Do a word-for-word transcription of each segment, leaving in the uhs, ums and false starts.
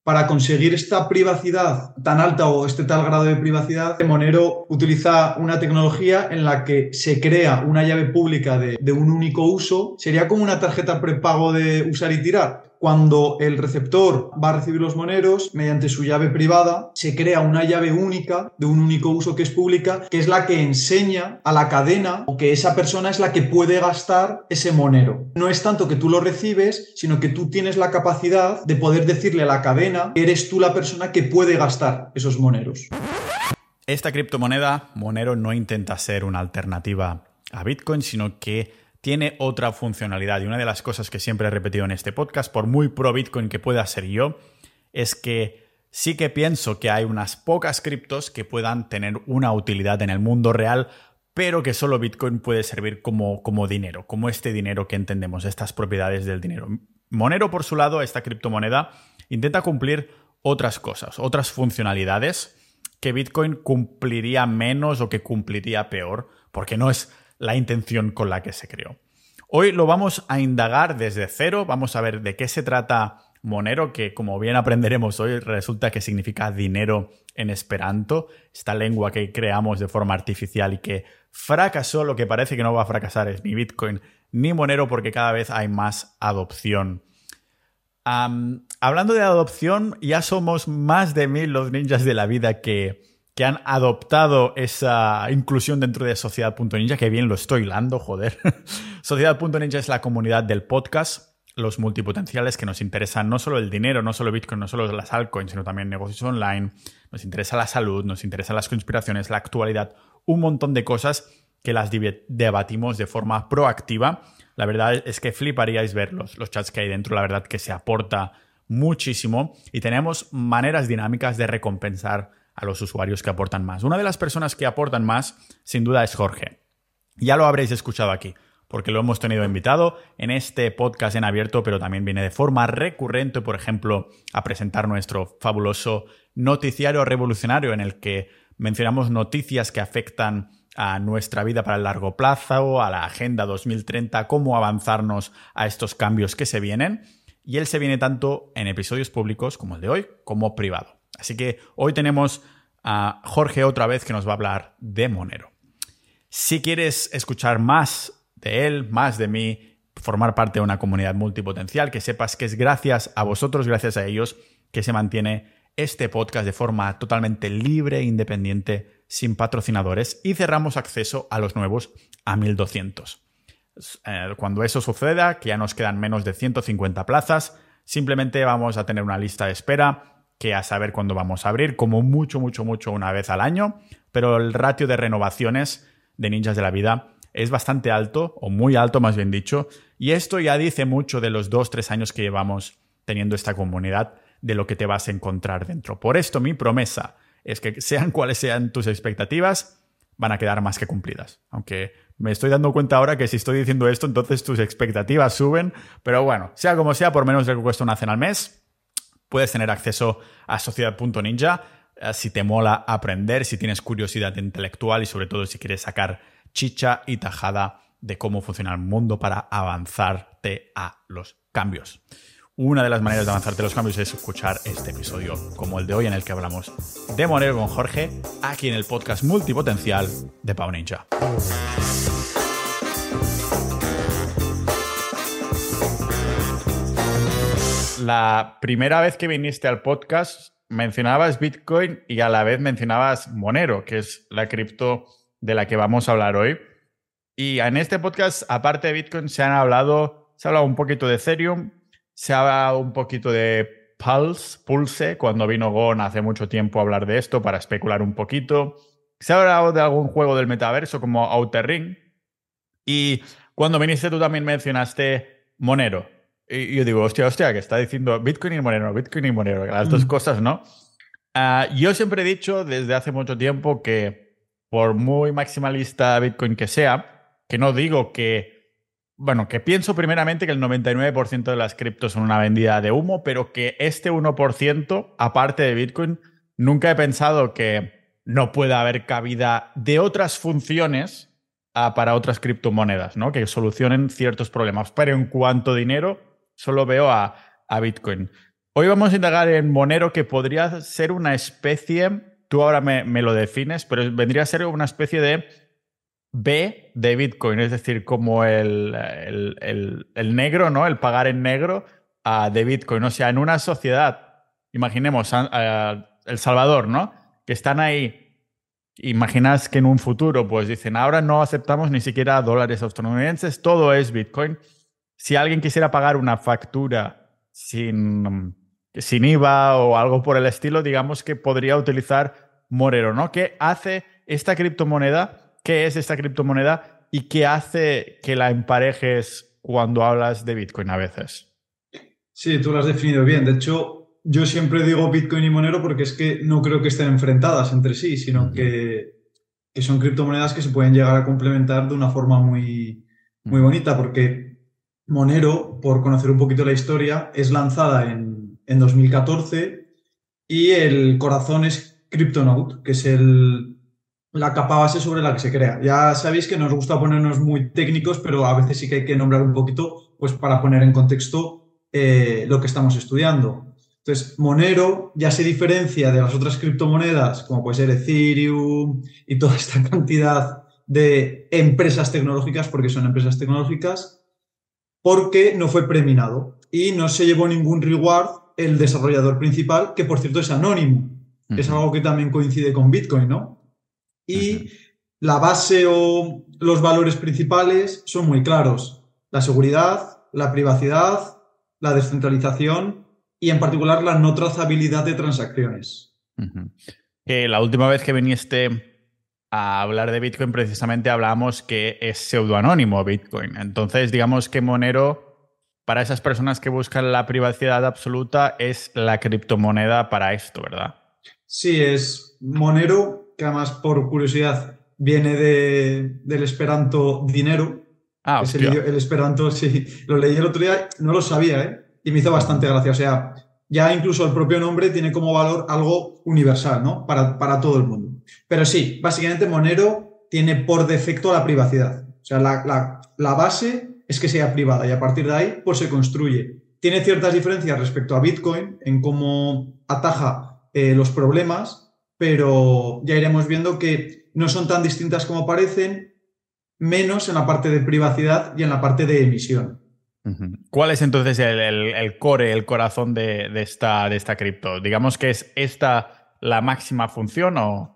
para conseguir esta privacidad tan alta o este tal grado de privacidad, Monero utiliza una tecnología en la que se crea una llave pública de, de un único uso. Sería como una tarjeta prepago de usar y tirar. Cuando el receptor va a recibir los moneros, mediante su llave privada, se crea una llave única de un único uso que es pública, que es la que enseña a la cadena o que esa persona es la que puede gastar ese monero. No es tanto que tú lo recibes, sino que tú tienes la capacidad de poder decirle a la cadena que eres tú la persona que puede gastar esos moneros. Esta criptomoneda, Monero, no intenta ser una alternativa a Bitcoin, sino que tiene otra funcionalidad. Y una de las cosas que siempre he repetido en este podcast, por muy pro Bitcoin que pueda ser yo, es que sí que pienso que hay unas pocas criptos que puedan tener una utilidad en el mundo real, pero que solo Bitcoin puede servir como, como dinero, como este dinero que entendemos, estas propiedades del dinero. Monero, por su lado, esta criptomoneda, intenta cumplir otras cosas, otras funcionalidades que Bitcoin cumpliría menos o que cumpliría peor, porque no es la intención con la que se creó. Hoy lo vamos a indagar desde cero, vamos a ver de qué se trata Monero, que como bien aprenderemos hoy resulta que significa dinero en esperanto, esta lengua que creamos de forma artificial y que fracasó. Lo que parece que no va a fracasar es ni Bitcoin ni Monero, porque cada vez hay más adopción. Um, hablando de adopción, ya somos más de mil los ninjas de la vida que... que han adoptado esa inclusión dentro de Sociedad punto ninja, que bien lo estoy hilando, joder. Sociedad punto ninja es la comunidad del podcast, los multipotenciales que nos interesan no solo el dinero, no solo Bitcoin, no solo las altcoins, sino también negocios online, nos interesa la salud, nos interesan las conspiraciones, la actualidad, un montón de cosas que las debatimos de forma proactiva. La verdad es que fliparíais ver los, los chats que hay dentro, la verdad que se aporta muchísimo y tenemos maneras dinámicas de recompensar a los usuarios que aportan más. Una de las personas que aportan más, sin duda, es Jorge. Ya lo habréis escuchado aquí, porque lo hemos tenido invitado en este podcast en abierto, pero también viene de forma recurrente, por ejemplo, a presentar nuestro fabuloso noticiario revolucionario en el que mencionamos noticias que afectan a nuestra vida para el largo plazo, a la Agenda dos mil treinta, cómo avanzarnos a estos cambios que se vienen. Y él se viene tanto en episodios públicos como el de hoy, como privado. Así que hoy tenemos a Jorge otra vez que nos va a hablar de Monero. Si quieres escuchar más de él, más de mí, formar parte de una comunidad multipotencial, que sepas que es gracias a vosotros, gracias a ellos, que se mantiene este podcast de forma totalmente libre e independiente, sin patrocinadores, y cerramos acceso a los nuevos a mil doscientos. Eh, cuando eso suceda, que ya nos quedan menos de ciento cincuenta plazas, simplemente vamos a tener una lista de espera que a saber cuándo vamos a abrir, como mucho, mucho, mucho una vez al año, pero el ratio de renovaciones de ninjas de la vida es bastante alto, o muy alto más bien dicho, y esto ya dice mucho de los dos, tres años que llevamos teniendo esta comunidad, de lo que te vas a encontrar dentro. Por esto mi promesa es que sean cuales sean tus expectativas, van a quedar más que cumplidas. Aunque me estoy dando cuenta ahora que si estoy diciendo esto, entonces tus expectativas suben, pero bueno, sea como sea, por menos de lo que cuesta una cena al mes, puedes tener acceso a Sociedad punto ninja si te mola aprender, si tienes curiosidad intelectual y sobre todo si quieres sacar chicha y tajada de cómo funciona el mundo para avanzarte a los cambios. Una de las maneras de avanzarte a los cambios es escuchar este episodio como el de hoy en el que hablamos de Monero con Jorge aquí en el podcast multipotencial de Pau Ninja. La primera vez que viniste al podcast mencionabas Bitcoin y a la vez mencionabas Monero, que es la cripto de la que vamos a hablar hoy. Y en este podcast, aparte de Bitcoin, se han hablado, se ha hablado un poquito de Ethereum, se ha hablado un poquito de Pulse, Pulse, cuando vino Gon hace mucho tiempo a hablar de esto para especular un poquito. Se ha hablado de algún juego del metaverso como Outer Ring. Y cuando viniste tú también mencionaste Monero. Y yo digo, hostia, hostia, que está diciendo Bitcoin y Monero, Bitcoin y Monero, las mm. dos cosas, ¿no? Uh, yo siempre he dicho desde hace mucho tiempo que por muy maximalista Bitcoin que sea, que no digo que, bueno, que pienso primeramente que el noventa y nueve por ciento de las criptos son una vendida de humo, pero que este uno por ciento, aparte de Bitcoin, nunca he pensado que no pueda haber cabida de otras funciones uh, para otras criptomonedas, ¿no? Que solucionen ciertos problemas. Pero en cuanto a dinero, solo veo a, a Bitcoin. Hoy vamos a indagar en Monero, que podría ser una especie, tú ahora me, me lo defines, pero vendría a ser una especie de B de Bitcoin, es decir, como el, el, el, el negro, ¿no? El pagar en negro uh, de Bitcoin. O sea, en una sociedad, imaginemos uh, El Salvador, ¿no? Que están ahí, imaginas que en un futuro, pues dicen, ahora no aceptamos ni siquiera dólares estadounidenses, todo es Bitcoin. Si alguien quisiera pagar una factura sin, sin I V A o algo por el estilo, digamos que podría utilizar Monero, ¿no? ¿Qué hace esta criptomoneda? ¿Qué es esta criptomoneda y qué hace que la emparejes cuando hablas de Bitcoin a veces? Sí, tú lo has definido bien. De hecho, yo siempre digo Bitcoin y Monero porque es que no creo que estén enfrentadas entre sí, sino uh-huh. que, que son criptomonedas que se pueden llegar a complementar de una forma muy, muy uh-huh. bonita, porque Monero, por conocer un poquito la historia, es lanzada en, en dos mil catorce y el corazón es CryptoNote, que es el... la capa base sobre la que se crea. Ya sabéis que nos gusta ponernos muy técnicos, pero a veces sí que hay que nombrar un poquito, pues para poner en contexto eh, lo que estamos estudiando. Entonces, Monero ya se diferencia de las otras criptomonedas, como puede ser Ethereum y toda esta cantidad de empresas tecnológicas, porque son empresas tecnológicas, porque no fue preminado y no se llevó ningún reward el desarrollador principal, que por cierto es anónimo. Uh-huh. Es algo que también coincide con Bitcoin, ¿no? Y la base o los valores principales son muy claros. La seguridad, la privacidad, la descentralización y en particular la no trazabilidad de transacciones. Uh-huh. Eh, la última vez que viniste a hablar de Bitcoin precisamente hablábamos que es pseudoanónimo Bitcoin. Entonces digamos que Monero, para esas personas que buscan la privacidad absoluta, es la criptomoneda para esto, ¿verdad? Sí, es Monero, que además, por curiosidad, viene de, del esperanto dinero. Ah, es el, el esperanto, sí, lo leí el otro día, no lo sabía, ¿eh? Y me hizo bastante gracia. O sea, ya incluso el propio nombre tiene como valor algo universal, ¿no? Para, para todo el mundo. Pero sí, básicamente Monero tiene por defecto la privacidad. O sea, la, la, la base es que sea privada y a partir de ahí, pues se construye. Tiene ciertas diferencias respecto a Bitcoin en cómo ataja eh, los problemas, pero ya iremos viendo que no son tan distintas como parecen, menos en la parte de privacidad y en la parte de emisión. Uh-huh. ¿Cuál es entonces el, el, el core, el corazón de, de, esta, de esta cripto? ¿Digamos que es esta la máxima función o...?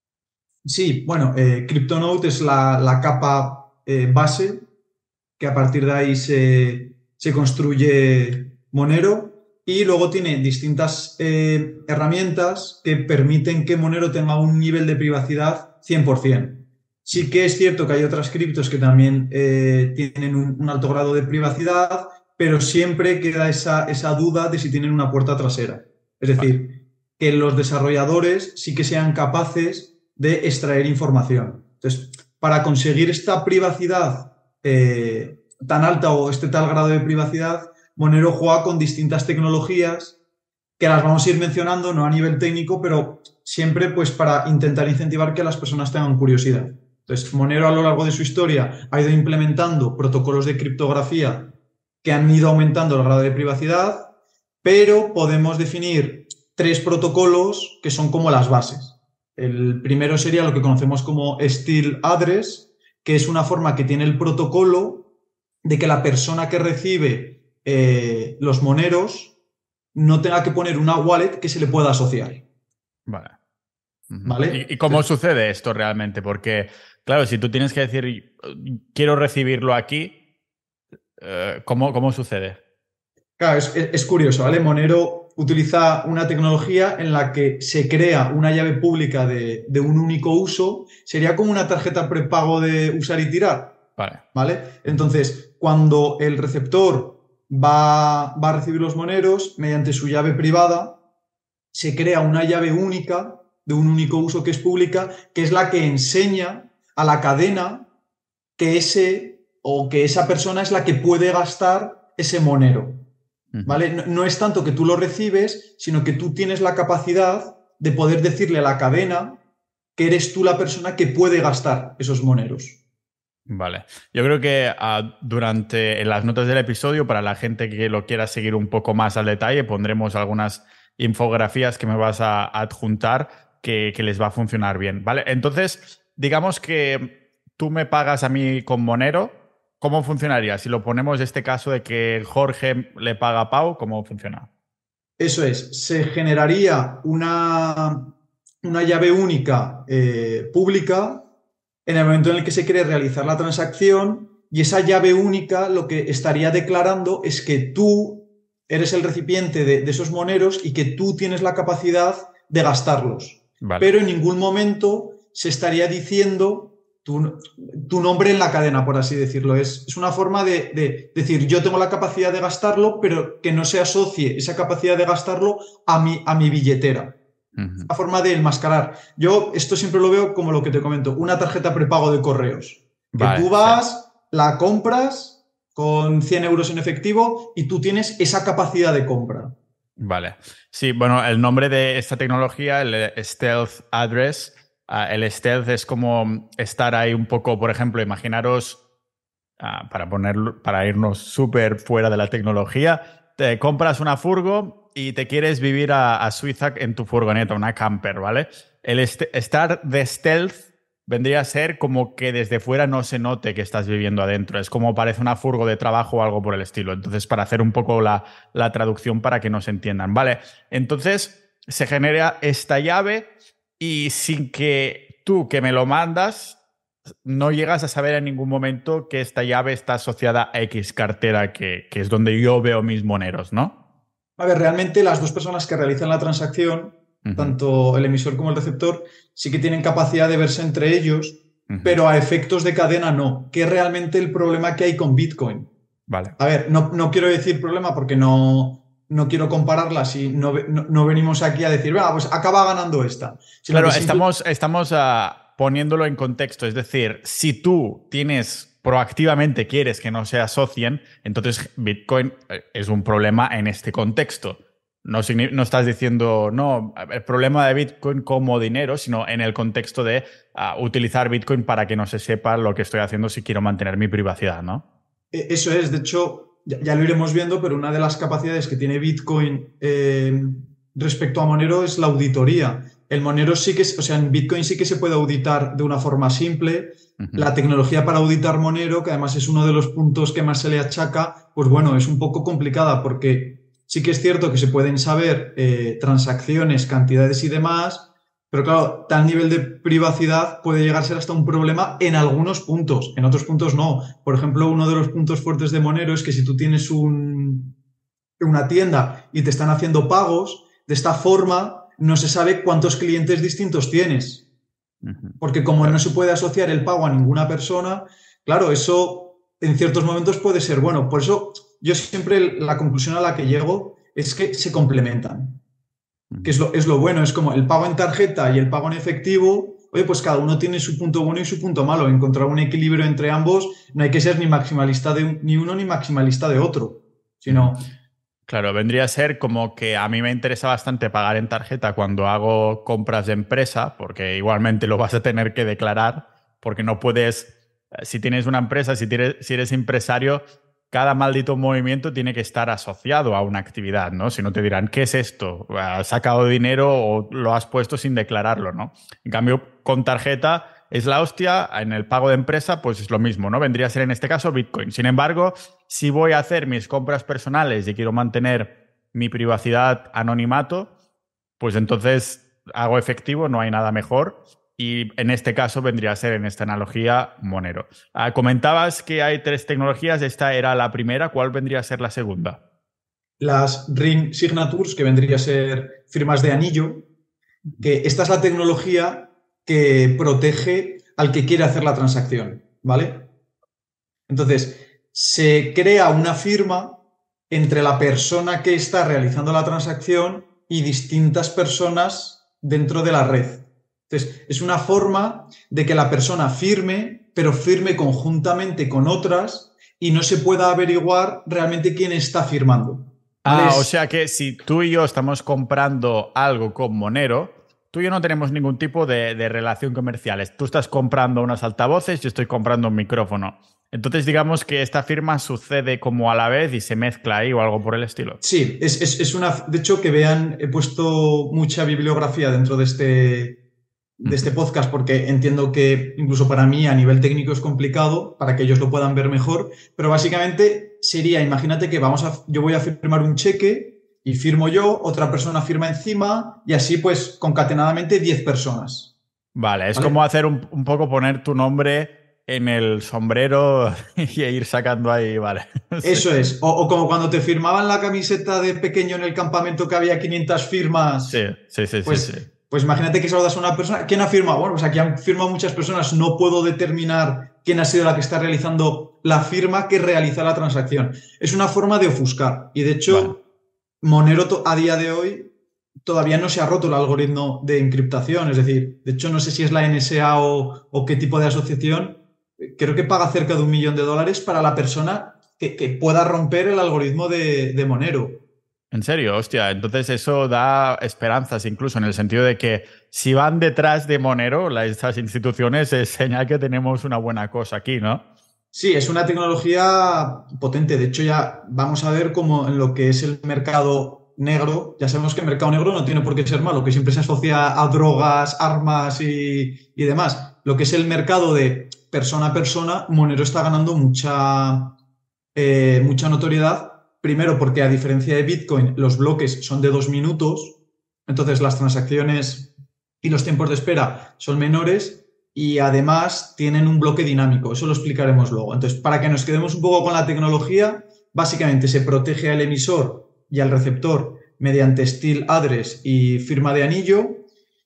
Sí, bueno, eh, CryptoNote es la, la capa eh, base, que a partir de ahí se, se construye Monero. Y luego tiene distintas eh, herramientas que permiten que Monero tenga un nivel de privacidad cien por ciento. Sí que es cierto que hay otras criptos que también eh, tienen un, un alto grado de privacidad, pero siempre queda esa, esa duda de si tienen una puerta trasera. Es decir, que los desarrolladores sí que sean capaces de extraer información. Entonces, para conseguir esta privacidad eh, tan alta o este tal grado de privacidad, Monero juega con distintas tecnologías que las vamos a ir mencionando, no a nivel técnico, pero siempre pues para intentar incentivar que las personas tengan curiosidad. Entonces, Monero a lo largo de su historia ha ido implementando protocolos de criptografía que han ido aumentando el grado de privacidad, pero podemos definir tres protocolos que son como las bases. El primero sería lo que conocemos como Steel Address, que es una forma que tiene el protocolo de que la persona que recibe Eh, los moneros no tenga que poner una wallet que se le pueda asociar. Vale. Uh-huh. ¿Vale? ¿Y, y cómo Entonces, sucede esto realmente? Porque, claro, si tú tienes que decir quiero recibirlo aquí, eh, ¿cómo, ¿cómo sucede? Claro, es, es curioso, ¿vale? Monero utiliza una tecnología en la que se crea una llave pública de, de un único uso. Sería como una tarjeta prepago de usar y tirar. Vale. ¿Vale? Entonces, cuando el receptor Va, va a recibir los moneros, mediante su llave privada, se crea una llave única, de un único uso que es pública, que es la que enseña a la cadena que ese o que esa persona es la que puede gastar ese monero. ¿Vale? No, no es tanto que tú lo recibes, sino que tú tienes la capacidad de poder decirle a la cadena que eres tú la persona que puede gastar esos moneros. Vale. Yo creo que uh, durante en las notas del episodio, para la gente que lo quiera seguir un poco más al detalle, pondremos algunas infografías que me vas a, a adjuntar que, que les va a funcionar bien. Vale. Entonces, digamos que tú me pagas a mí con Monero. ¿Cómo funcionaría? Si lo ponemos este caso de que Jorge le paga a Pau, ¿cómo funciona? Eso es, se generaría una, una llave única eh, pública en el momento en el que se quiere realizar la transacción, y esa llave única lo que estaría declarando es que tú eres el recipiente de, de esos moneros y que tú tienes la capacidad de gastarlos. Vale. Pero en ningún momento se estaría diciendo tu, tu nombre en la cadena, por así decirlo. Es, es una forma de, de decir, yo tengo la capacidad de gastarlo, pero que no se asocie esa capacidad de gastarlo a mi, a mi billetera. Uh-huh. Una forma de enmascarar. Yo esto siempre lo veo como lo que te comento, una tarjeta prepago de correos. Vale, que tú vas, sí. la compras con cien euros en efectivo y tú tienes esa capacidad de compra. Vale. Sí, bueno, el nombre de esta tecnología, el Stealth Address, uh, el stealth es como estar ahí un poco, por ejemplo, imaginaros, uh, para, poner, para irnos súper fuera de la tecnología, te compras una furgo y te quieres vivir a, a Suiza en tu furgoneta, una camper, ¿vale? El est- estar de stealth vendría a ser como que desde fuera no se note que estás viviendo adentro. Es como parece una furgo de trabajo o algo por el estilo. Entonces, para hacer un poco la, la traducción para que nos entiendan, ¿vale? Entonces, se genera esta llave y sin que tú que me lo mandas no llegas a saber en ningún momento que esta llave está asociada a X cartera, que, que es donde yo veo mis moneros, ¿no? A ver, realmente las dos personas que realizan la transacción, uh-huh. tanto el emisor como el receptor, sí que tienen capacidad de verse entre ellos, uh-huh. pero a efectos de cadena no, que es realmente el problema que hay con Bitcoin. Vale. A ver, no, no quiero decir problema porque no, no quiero compararlas y no, no, no venimos aquí a decir, ah, pues acaba ganando esta. Sino claro, simple... estamos, estamos uh, poniéndolo en contexto, es decir, si tú tienes... proactivamente quieres que no se asocien, entonces Bitcoin es un problema en este contexto. No, no estás diciendo, no, el problema de Bitcoin como dinero, sino en el contexto de uh, utilizar Bitcoin para que no se sepa lo que estoy haciendo si quiero mantener mi privacidad, ¿no? Eso es, de hecho, ya, ya lo iremos viendo, pero una de las capacidades que tiene Bitcoin eh, respecto a Monero es la auditoría. El Monero sí que, o sea, en Bitcoin sí que se puede auditar de una forma simple. Uh-huh. La tecnología para auditar Monero, que además es uno de los puntos que más se le achaca, pues bueno, es un poco complicada porque sí que es cierto que se pueden saber eh, transacciones, cantidades y demás, pero claro, tal nivel de privacidad puede llegar a ser hasta un problema en algunos puntos, en otros puntos no. Por ejemplo, uno de los puntos fuertes de Monero es que si tú tienes un, una tienda y te están haciendo pagos, de esta forma no se sabe cuántos clientes distintos tienes. Porque como no se puede asociar el pago a ninguna persona, claro, eso en ciertos momentos puede ser bueno. Por eso yo siempre la conclusión a la que llego es que se complementan. Que es lo, es lo bueno, es como el pago en tarjeta y el pago en efectivo. Oye, pues cada uno tiene su punto bueno y su punto malo. Encontrar un equilibrio entre ambos, no hay que ser ni maximalista de un, ni uno ni maximalista de otro, sino... Claro, vendría a ser como que a mí me interesa bastante pagar en tarjeta cuando hago compras de empresa, porque igualmente lo vas a tener que declarar, porque no puedes, si tienes una empresa, si, tienes, si eres empresario, cada maldito movimiento tiene que estar asociado a una actividad, ¿no? Si no te dirán, ¿qué es esto? ¿Has sacado dinero o lo has puesto sin declararlo, ¿no? En cambio, con tarjeta es la hostia, en el pago de empresa pues es lo mismo, ¿no? Vendría a ser en este caso Bitcoin. Sin embargo, si voy a hacer mis compras personales y quiero mantener mi privacidad anonimato, pues entonces hago efectivo, no hay nada mejor. Y en este caso vendría a ser, en esta analogía, Monero. Ah, comentabas que hay tres tecnologías, esta era la primera, ¿cuál vendría a ser la segunda? Las Ring Signatures, que vendría a ser firmas de anillo, que esta es la tecnología que protege al que quiere hacer la transacción, ¿vale? Entonces, se crea una firma entre la persona que está realizando la transacción y distintas personas dentro de la red. Entonces, es una forma de que la persona firme, pero firme conjuntamente con otras y no se pueda averiguar realmente quién está firmando. Ah, es... o sea que si tú y yo estamos comprando algo con Monero, tú y yo no tenemos ningún tipo de, de relación comercial. Tú estás comprando unos altavoces, yo estoy comprando un micrófono. Entonces, digamos que esta firma sucede como a la vez y se mezcla ahí o algo por el estilo. Sí, es, es, es una... De hecho, que vean, he puesto mucha bibliografía dentro de este, de este podcast porque entiendo que incluso para mí a nivel técnico es complicado para que ellos lo puedan ver mejor, pero básicamente sería, imagínate que vamos a, yo voy a firmar un cheque y firmo yo, otra persona firma encima y así pues concatenadamente diez personas. Vale, es ¿Vale? como hacer un, un poco poner tu nombre en el sombrero y ir sacando ahí, vale. Eso Sí. es. O, o como cuando te firmaban la camiseta de pequeño en el campamento que había quinientas firmas. Sí, sí, sí, Pues, sí, sí. pues imagínate que solo das a una persona. ¿Quién ha firmado? Bueno, pues aquí han firmado muchas personas. No puedo determinar quién ha sido la que está realizando la firma que realiza la transacción. Es una forma de ofuscar. Y de hecho, Vale. Monero a día de hoy todavía no se ha roto el algoritmo de encriptación. Es decir, de hecho, no sé si es la N S A o, o qué tipo de asociación. Creo que paga cerca de un millón de dólares para la persona que, que pueda romper el algoritmo de, de Monero. En serio, hostia, entonces eso da esperanzas incluso en el sentido de que si van detrás de Monero, la, estas instituciones, es señal que tenemos una buena cosa aquí, ¿no? Sí, es una tecnología potente. De hecho, ya vamos a ver cómo en lo que es el mercado negro, ya sabemos que el mercado negro no tiene por qué ser malo, que siempre se asocia a drogas, armas y, y demás. Lo que es el mercado de persona a persona, Monero está ganando mucha, eh, mucha notoriedad. Primero porque a diferencia de Bitcoin, los bloques son de dos minutos, entonces las transacciones y los tiempos de espera son menores y además tienen un bloque dinámico, eso lo explicaremos luego. Entonces, para que nos quedemos un poco con la tecnología, básicamente se protege al emisor y al receptor mediante Steel Address y firma de anillo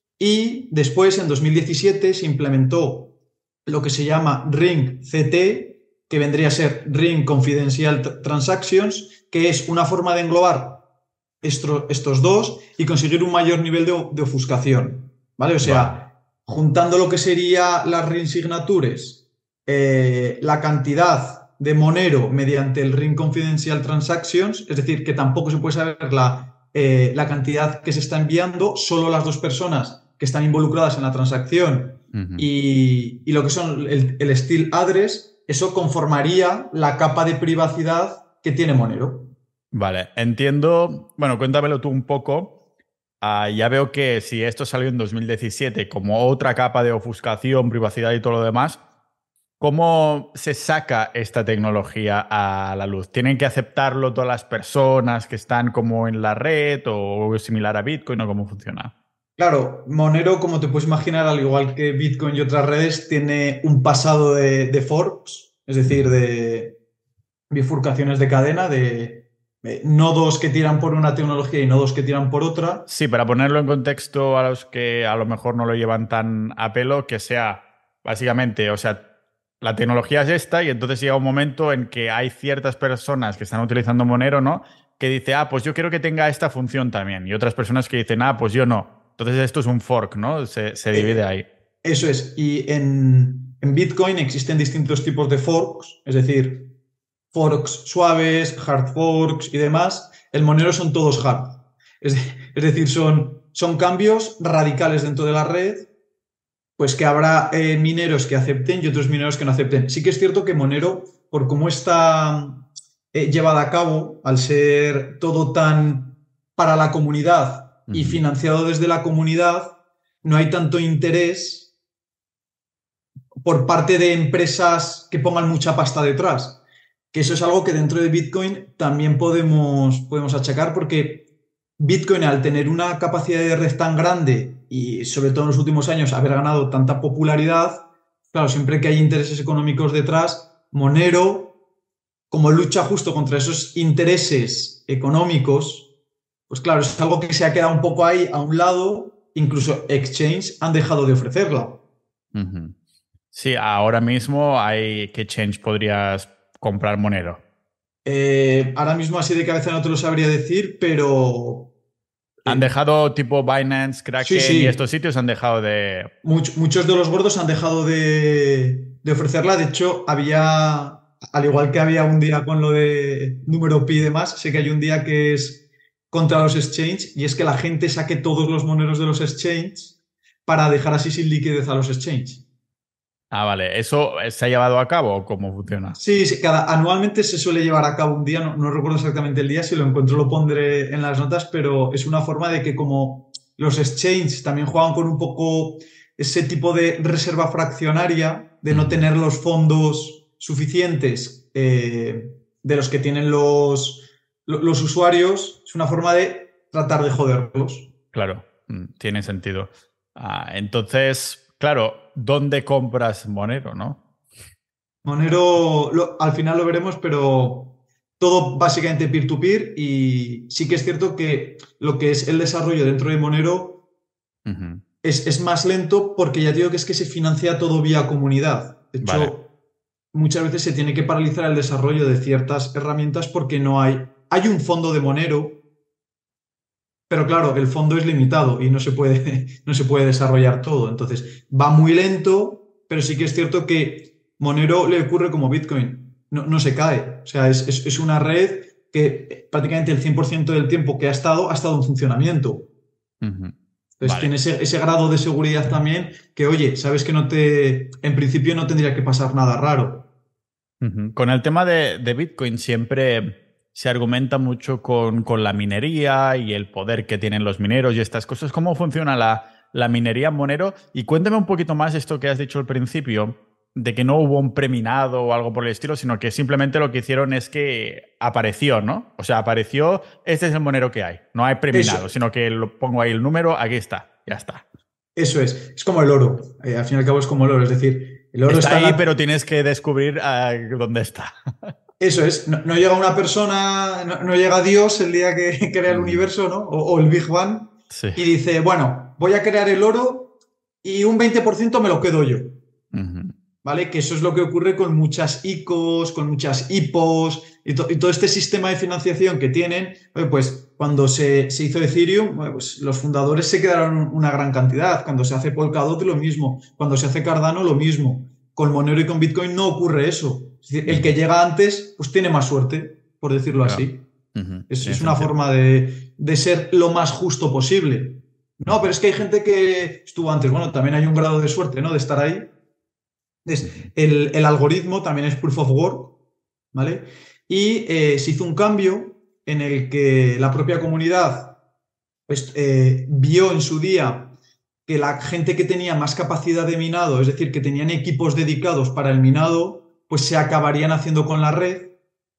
y después, en dos mil diecisiete, se implementó lo que se llama Ring C T, que vendría a ser Ring Confidential Transactions, que es una forma de englobar esto, estos dos y conseguir un mayor nivel de, de ofuscación, ¿vale? O sea, vale. Juntando lo que sería las ring signatures, eh, la cantidad de Monero mediante el Ring Confidential Transactions, es decir, que tampoco se puede saber la, eh, la cantidad que se está enviando, solo las dos personas que están involucradas en la transacción uh-huh. y, y lo que son el, el Steel Address, eso conformaría la capa de privacidad que tiene Monero. Vale, entiendo. Bueno, cuéntamelo tú un poco. Uh, ya veo que si esto salió en dos mil diecisiete como otra capa de ofuscación, privacidad y todo lo demás, ¿cómo se saca esta tecnología a la luz? ¿Tienen que aceptarlo todas las personas que están como en la red o similar a Bitcoin o cómo funciona? Claro, Monero, como te puedes imaginar, al igual que Bitcoin y otras redes, tiene un pasado de, de forks, es decir, de bifurcaciones de cadena, de eh, nodos que tiran por una tecnología y nodos que tiran por otra. Sí, para ponerlo en contexto a los que a lo mejor no lo llevan tan a pelo, que sea básicamente, o sea, la tecnología es esta y entonces llega un momento en que hay ciertas personas que están utilizando Monero, ¿no? Que dice, ah, pues yo quiero que tenga esta función también. Y otras personas que dicen, ah, pues yo no. Entonces esto es un fork, ¿no? Se, se divide eh, ahí. Eso es. Y en, en Bitcoin existen distintos tipos de forks, es decir, forks suaves, hard forks y demás. El Monero son todos hard. Es, es decir, son, son cambios radicales dentro de la red, pues que habrá eh, mineros que acepten y otros mineros que no acepten. Sí que es cierto que Monero, por cómo está eh, llevada a cabo, al ser todo tan para la comunidad y financiado desde la comunidad, no hay tanto interés por parte de empresas que pongan mucha pasta detrás. Que eso es algo que dentro de Bitcoin también podemos, podemos achacar porque Bitcoin, al tener una capacidad de red tan grande y sobre todo en los últimos años haber ganado tanta popularidad, claro, siempre que hay intereses económicos detrás, Monero, como lucha justo contra esos intereses económicos, pues claro, es algo que se ha quedado un poco ahí a un lado, incluso exchange han dejado de ofrecerla. Uh-huh. Sí, ahora mismo hay ¿qué exchange podrías comprar Monero? Eh, ahora mismo así de cabeza no te lo sabría decir, pero... Han dejado tipo Binance, Kraken sí, sí. y estos sitios han dejado de... Much, muchos de los gordos han dejado de, de ofrecerla. De hecho, había, al igual que había un día con lo de número pi y demás, sé que hay un día que es contra los exchanges y es que la gente saque todos los moneros de los exchanges para dejar así sin liquidez a los exchanges. Ah, vale. ¿Eso se ha llevado a cabo o cómo funciona? Sí, sí, cada, anualmente se suele llevar a cabo un día, no, no recuerdo exactamente el día, si lo encuentro lo pondré en las notas, pero es una forma de que como los exchanges también juegan con un poco ese tipo de reserva fraccionaria, de no tener los fondos suficientes eh, de los que tienen los, los usuarios, es una forma de tratar de joderlos. Claro, tiene sentido. Ah, entonces, claro, ¿dónde compras Monero, no? Monero, lo, al final lo veremos, pero todo básicamente peer-to-peer y sí que es cierto que lo que es el desarrollo dentro de Monero uh-huh. es, es más lento porque ya digo que es que se financia todo vía comunidad. De hecho, vale. Muchas veces se tiene que paralizar el desarrollo de ciertas herramientas porque no hay... Hay un fondo de Monero, pero claro, el fondo es limitado y no se puede, no se puede desarrollar todo. Entonces, va muy lento, pero sí que es cierto que Monero le ocurre como Bitcoin. No, no se cae. O sea, es, es, es una red que prácticamente el cien por ciento del tiempo que ha estado, ha estado en funcionamiento. Uh-huh. Entonces vale. Tiene ese, ese grado de seguridad también que, oye, sabes que no te... En principio no tendría que pasar nada raro. Uh-huh. Con el tema de, de Bitcoin siempre... se argumenta mucho con, con la minería y el poder que tienen los mineros y estas cosas. ¿Cómo funciona la, la minería en Monero? Y cuéntame un poquito más esto que has dicho al principio, de que no hubo un preminado o algo por el estilo, sino que simplemente lo que hicieron es que apareció, ¿no? O sea, apareció, este es el Monero que hay. No hay preminado, Eso. sino que lo pongo ahí el número, aquí está, ya está. Eso es. Es como el oro. Eh, al fin y al cabo es como el oro. Es decir, el oro está, está ahí, la... pero tienes que descubrir uh, dónde está. Eso es, no, no llega una persona, no, no llega Dios el día que crea el universo, ¿no? O, o el Big Bang, sí. Y dice, bueno, voy a crear el oro y un veinte por ciento me lo quedo yo. Uh-huh. ¿Vale? Que eso es lo que ocurre con muchas I C Os, con muchas I P Os y, to, y todo este sistema de financiación que tienen. Pues cuando se, se hizo Ethereum, pues los fundadores se quedaron una gran cantidad. Cuando se hace Polkadot, lo mismo. Cuando se hace Cardano, lo mismo. Con Monero y con Bitcoin no ocurre eso. Es decir, el que llega antes, pues tiene más suerte, por decirlo claro. así. Uh-huh. Es, sí, es una forma de, de ser lo más justo posible. No, pero es que hay gente que estuvo antes. Bueno, también hay un grado de suerte, ¿no? De estar ahí. Es, el, el algoritmo también es proof of work, ¿vale? Y eh, se hizo un cambio en el que la propia comunidad pues, eh, vio en su día que la gente que tenía más capacidad de minado, es decir, que tenían equipos dedicados para el minado, pues se acabarían haciendo con la red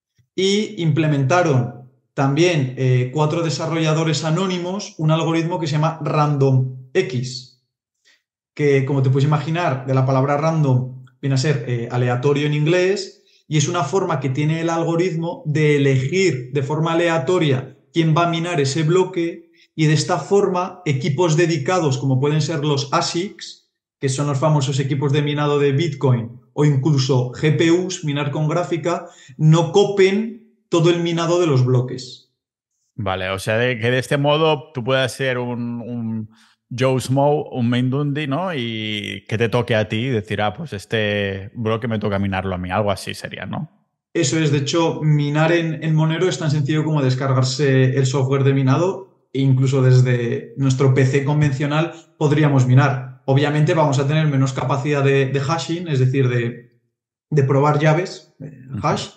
y implementaron también eh, cuatro desarrolladores anónimos un algoritmo que se llama RandomX, que como te puedes imaginar, de la palabra random viene a ser eh, aleatorio en inglés y es una forma que tiene el algoritmo de elegir de forma aleatoria quién va a minar ese bloque. Y de esta forma, equipos dedicados como pueden ser los A S I Cs, que son los famosos equipos de minado de Bitcoin, o incluso G P Us, minar con gráfica, no copen todo el minado de los bloques. Vale, o sea, de, que de este modo tú puedas ser un, un Joe Smo, un Mendundi, ¿no? Y que te toque a ti y decir, ah, pues este bloque me toca minarlo a mí, algo así sería, ¿no? Eso es, de hecho, minar en, en Monero es tan sencillo como descargarse el software de minado. E incluso desde nuestro P C convencional podríamos minar. Obviamente vamos a tener menos capacidad de, de hashing, es decir, de, de probar llaves, uh-huh. hash,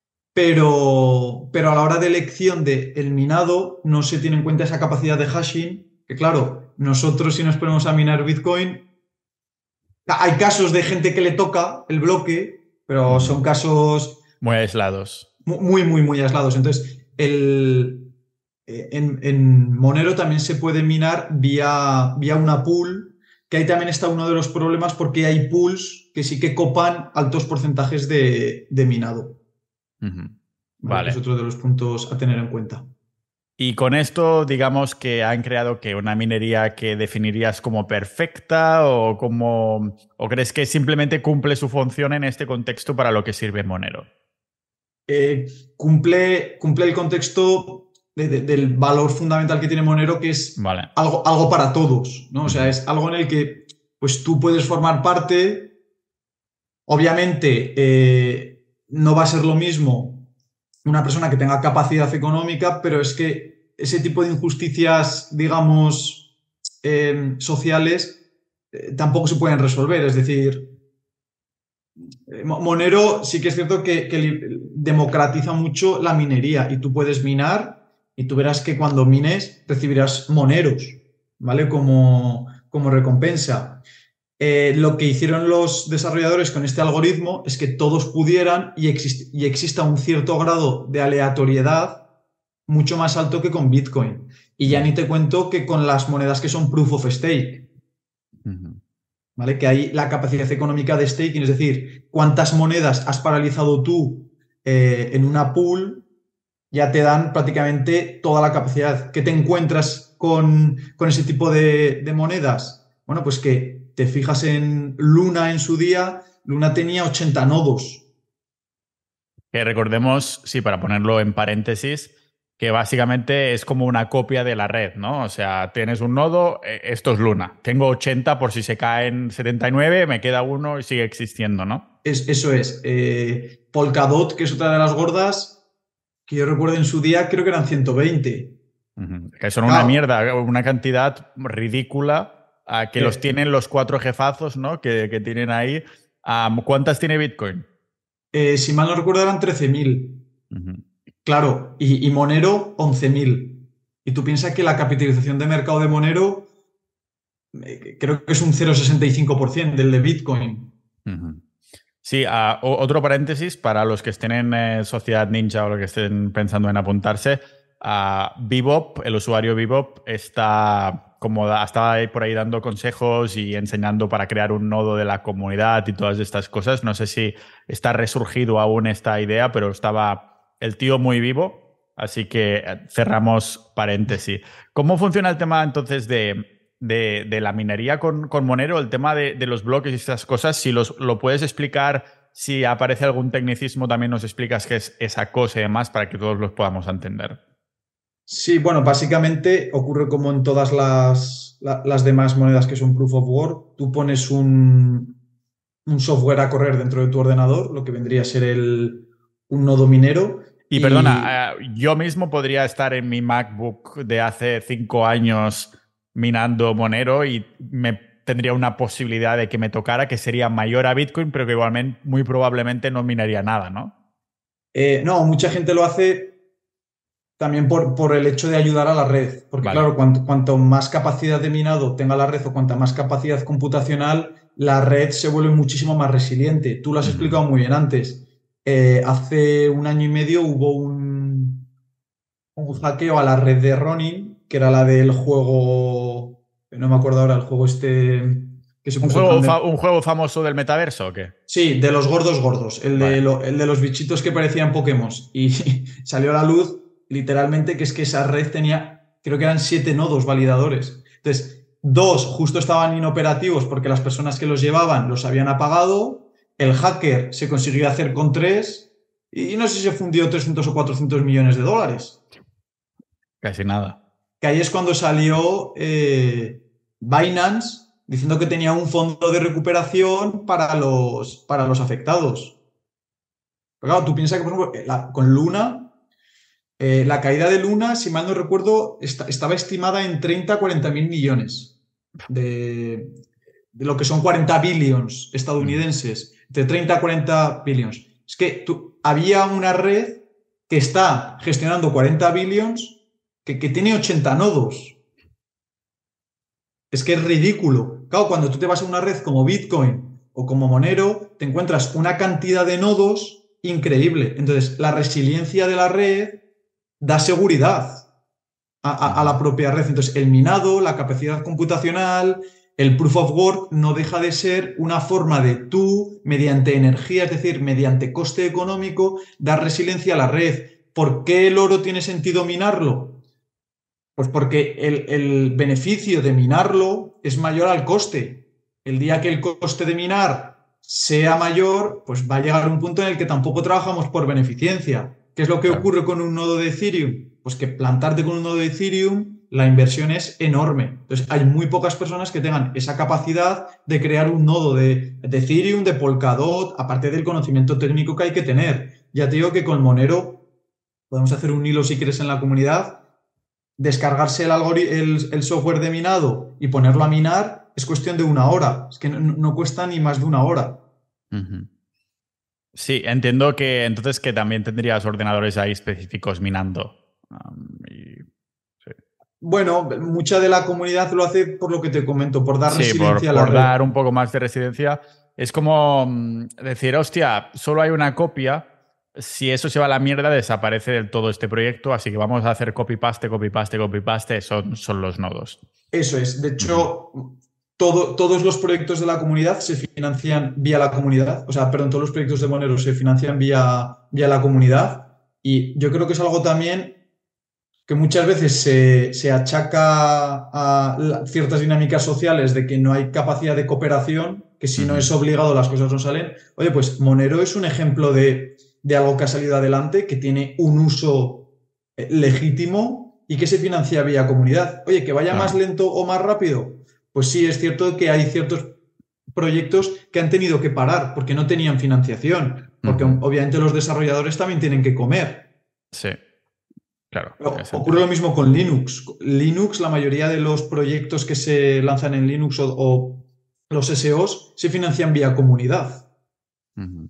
pero, pero a la hora de elección del minado no se tiene en cuenta esa capacidad de hashing, que claro, nosotros si nos ponemos a minar Bitcoin, hay casos de gente que le toca el bloque, pero uh-huh. son casos... Muy aislados. Muy, muy, muy aislados. Entonces, el... En, en Monero también se puede minar vía, vía una pool, que ahí también está uno de los problemas porque hay pools que sí que copan altos porcentajes de, de minado. Uh-huh. Vale. Es otro de los puntos a tener en cuenta. Y con esto, digamos que han creado que una minería que definirías como perfecta o, como, o crees que simplemente cumple su función en este contexto para lo que sirve Monero. Eh, cumple, cumple el contexto... De, de, del valor fundamental que tiene Monero, que es vale. algo, algo para todos, ¿no? O sea, es algo en el que pues, tú puedes formar parte. Obviamente, eh, no va a ser lo mismo una persona que tenga capacidad económica, pero es que ese tipo de injusticias, digamos, eh, sociales, eh, tampoco se pueden resolver. Es decir, eh, Monero sí que es cierto que, que democratiza mucho la minería y tú puedes minar y tú verás que cuando mines recibirás moneros, ¿vale? Como, como recompensa. Eh, lo que hicieron los desarrolladores con este algoritmo es que todos pudieran y, exist y exista un cierto grado de aleatoriedad mucho más alto que con Bitcoin. Y ya ni te cuento que con las monedas que son proof of stake, Uh-huh. ¿vale? Que hay la capacidad económica de staking, es decir, cuántas monedas has paralizado tú eh, en una pool, ya te dan prácticamente toda la capacidad. ¿Qué te encuentras con, con ese tipo de, de monedas? Bueno, pues que te fijas en Luna en su día, Luna tenía ochenta nodos. Que recordemos, sí, para ponerlo en paréntesis, que básicamente es como una copia de la red, ¿no? O sea, tienes un nodo, eh, esto es Luna. Tengo ochenta por si se caen setenta y nueve, me queda uno y sigue existiendo, ¿no? Es, eso es. Eh, Polkadot, que es otra de las gordas, que yo recuerdo en su día, creo que eran ciento veinte. Uh-huh. Que son una Claro, mierda, una cantidad ridícula a que los eh, tienen los cuatro jefazos, ¿no? Que, que tienen ahí. Um, ¿cuántas tiene Bitcoin? eh, si mal no recuerdo, eran trece mil. Uh-huh. Claro, y, y Monero, once mil. Y tú piensas que la capitalización de mercado de Monero eh, creo que es un cero coma sesenta y cinco por ciento del de Bitcoin. Uh-huh. Sí, uh, otro paréntesis para los que estén en eh, Sociedad Ninja o los que estén pensando en apuntarse. Uh, Bebop, el usuario Bebop, está como da, estaba ahí por ahí dando consejos y enseñando para crear un nodo de la comunidad y todas estas cosas. No sé si está resurgido aún esta idea, pero estaba el tío muy vivo. Así que cerramos paréntesis. ¿Cómo funciona el tema entonces de... De, de la minería con, con Monero, el tema de, de los bloques y estas cosas, si los, lo puedes explicar, si aparece algún tecnicismo, también nos explicas qué es esa cosa y demás para que todos los podamos entender. Sí, bueno, básicamente ocurre como en todas las, la- las demás monedas que son Proof of Work. Tú pones un, un software a correr dentro de tu ordenador, lo que vendría a ser el, un nodo minero, Y y perdona, eh, yo mismo podría estar en mi MacBook de hace cinco años minando Monero y me tendría una posibilidad de que me tocara que sería mayor a Bitcoin, pero que igualmente muy probablemente no minaría nada, ¿no? eh, no, mucha gente lo hace también por, por el hecho de ayudar a la red, porque Vale. claro, cuanto, cuanto más capacidad de minado tenga la red o cuanta más capacidad computacional, la red se vuelve muchísimo más resiliente. Tú lo has Ujú. explicado muy bien antes. Eh, hace un año y medio hubo un, un hackeo a la red de Ronin, que era la del juego, no me acuerdo ahora, el juego este que se ¿Un puso juego, tan de... fa- un juego famoso del metaverso o qué? Sí, de los gordos gordos, el de, Vale. lo- el de los bichitos que parecían Pokémon. Y salió a la luz literalmente que es que esa red tenía, creo que eran siete nodos validadores. Entonces, dos justo estaban inoperativos porque las personas que los llevaban los habían apagado, el hacker se consiguió hacer con tres y no sé si se fundió trescientos o cuatrocientos millones de dólares. Casi nada. Que ahí es cuando salió eh, Binance diciendo que tenía un fondo de recuperación para los, para los afectados. Pero claro, tú piensas que, por ejemplo, la, con Luna, eh, la caída de Luna, si mal no recuerdo, está, estaba estimada en treinta a cuarenta mil millones de, de lo que son cuarenta billions Ujú. estadounidenses, de treinta a cuarenta billions. Es que tú, había una red que está gestionando cuarenta billions que, que tiene ochenta nodos. Es que es ridículo. Claro, cuando tú te vas a una red como Bitcoin o como Monero, te encuentras una cantidad de nodos increíble. Entonces, la resiliencia de la red da seguridad a, a, a Ujú. la propia red. Entonces, el minado, la capacidad computacional, el proof of work no deja de ser una forma de tú, mediante energía, es decir, mediante coste económico, dar resiliencia a la red. ¿Por qué el oro tiene sentido minarlo? Pues porque el, el beneficio de minarlo es mayor al coste. El día que el coste de minar sea mayor, pues va a llegar un punto en el que tampoco trabajamos por beneficencia. ¿Qué es lo que Claro. ocurre con un nodo de Ethereum? Pues que plantarte con un nodo de Ethereum, la inversión es enorme. Entonces, hay muy pocas personas que tengan esa capacidad de crear un nodo de, de Ethereum, de Polkadot, aparte del conocimiento técnico que hay que tener. Ya te digo que con Monero podemos hacer un hilo si quieres en la comunidad, descargarse el, el, el software de minado y ponerlo a minar es cuestión de una hora. Es que no, no cuesta ni más de una hora. Uh-huh. Sí, entiendo que entonces que también tendrías ordenadores ahí específicos minando. Um, y, sí. Bueno, mucha de la comunidad lo hace por lo que te comento, por dar sí, residencia por, a la por red. dar un poco más de residencia. Es como um, decir, hostia, solo hay una copia. Si eso se va a la mierda, desaparece del todo este proyecto. Así que vamos a hacer copy-paste, copy-paste, copy-paste. Son, son los nodos. Eso es. De hecho, uh-huh. todo, todos los proyectos de la comunidad se financian vía la comunidad. O sea, perdón, todos los proyectos de Monero se financian vía, vía la comunidad. Y yo creo que es algo también que muchas veces se, se achaca a la, ciertas dinámicas sociales de que no hay capacidad de cooperación, que si uh-huh. no es obligado las cosas no salen. Oye, pues Monero es un ejemplo de, de algo que ha salido adelante, que tiene un uso eh, legítimo y que se financia vía comunidad. Oye, que vaya ah. más lento o más rápido. Pues sí, es cierto que hay ciertos proyectos que han tenido que parar porque no tenían financiación, porque uh-huh. obviamente los desarrolladores también tienen que comer. Sí. Claro, ocurre lo mismo con Linux. Linux, la mayoría de los proyectos que se lanzan en Linux o, o los S Os se financian vía comunidad. Uh-huh.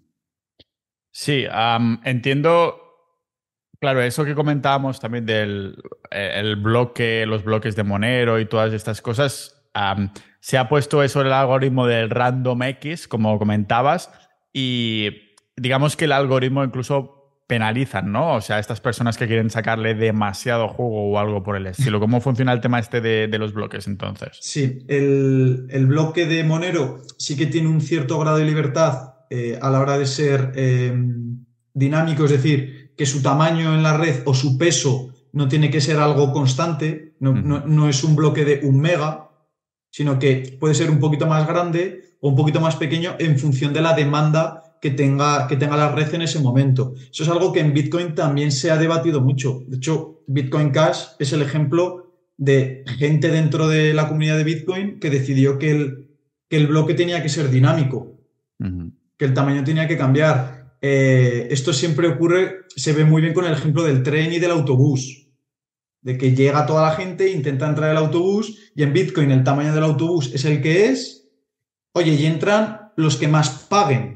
Sí, um, entiendo, claro, eso que comentábamos también del el bloque, los bloques de Monero y todas estas cosas, um, se ha puesto eso en el algoritmo del Random X, como comentabas, y digamos que el algoritmo incluso penalizan, ¿no? O sea, estas personas que quieren sacarle demasiado jugo o algo por el estilo. ¿Cómo funciona el tema este de, de los bloques, entonces? Sí, el, el bloque de Monero sí que tiene un cierto grado de libertad eh, a la hora de ser eh, dinámico, es decir, que su tamaño en la red o su peso no tiene que ser algo constante, no, uh-huh. no, no es un bloque de un mega, sino que puede ser un poquito más grande o un poquito más pequeño en función de la demanda que tenga, que tenga la red en ese momento. Eso es algo que en Bitcoin también se ha debatido mucho. De hecho, Bitcoin Cash es el ejemplo de gente dentro de la comunidad de Bitcoin que decidió que el, que el bloque tenía que ser dinámico, uh-huh. que el tamaño tenía que cambiar. Eh, esto siempre ocurre, se ve muy bien con el ejemplo del tren y del autobús, de que llega toda la gente, intenta entrar el autobús y en Bitcoin el tamaño del autobús es el que es, oye, y entran los que más paguen.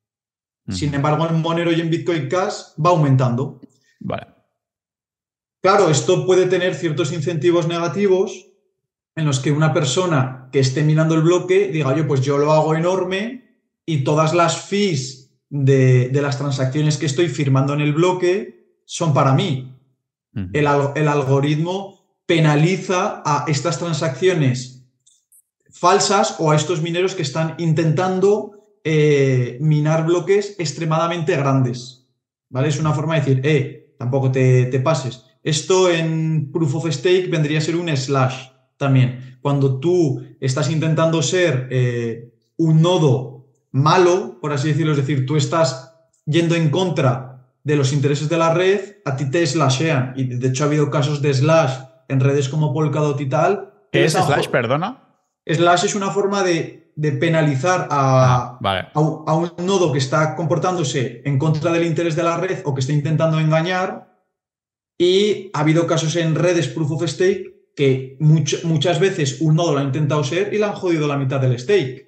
Sin embargo, en Monero y en Bitcoin Cash va aumentando. Vale. Claro, esto puede tener ciertos incentivos negativos en los que una persona que esté mirando el bloque diga, oye, pues yo lo hago enorme y todas las fees de, de las transacciones que estoy firmando en el bloque son para mí. Uh-huh. El, el algoritmo penaliza a estas transacciones falsas o a estos mineros que están intentando Eh, minar bloques extremadamente grandes, ¿vale? Es una forma de decir, eh, tampoco te, te pases. Esto en Proof of Stake vendría a ser un slash también. Cuando tú estás intentando ser eh, un nodo malo, por así decirlo, es decir, tú estás yendo en contra de los intereses de la red, a ti te slashean. Y de hecho ha habido casos de slash en redes como Polkadot y tal. ¿Qué es slash, perdona? Slash es una forma de de penalizar a, ah, vale. a, un, a un nodo que está comportándose en contra del interés de la red o que está intentando engañar, y ha habido casos en redes Proof of Stake que much, muchas veces un nodo lo ha intentado ser y le han jodido la mitad del stake.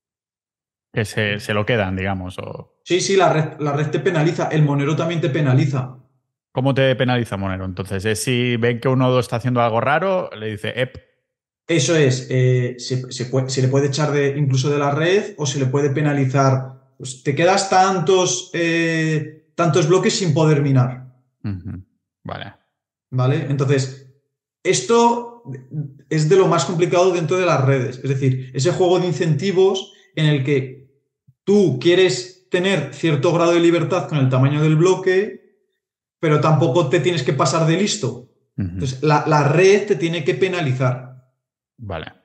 Que se, se lo quedan, digamos. O... Sí, sí, la red, la red te penaliza, el Monero también te penaliza. ¿Cómo te penaliza Monero? Entonces, es si ven que un nodo está haciendo algo raro, le dice, ep. Eso es, eh, se, se, puede, se le puede echar de, incluso de la red o se le puede penalizar. Pues te quedas tantos, eh, tantos bloques sin poder minar. Uh-huh. Vale. Vale, entonces, esto es de lo más complicado dentro de las redes. Es decir, ese juego de incentivos en el que tú quieres tener cierto grado de libertad con el tamaño del bloque, pero tampoco te tienes que pasar de listo. Uh-huh. Entonces, la, la red te tiene que penalizar. Vale.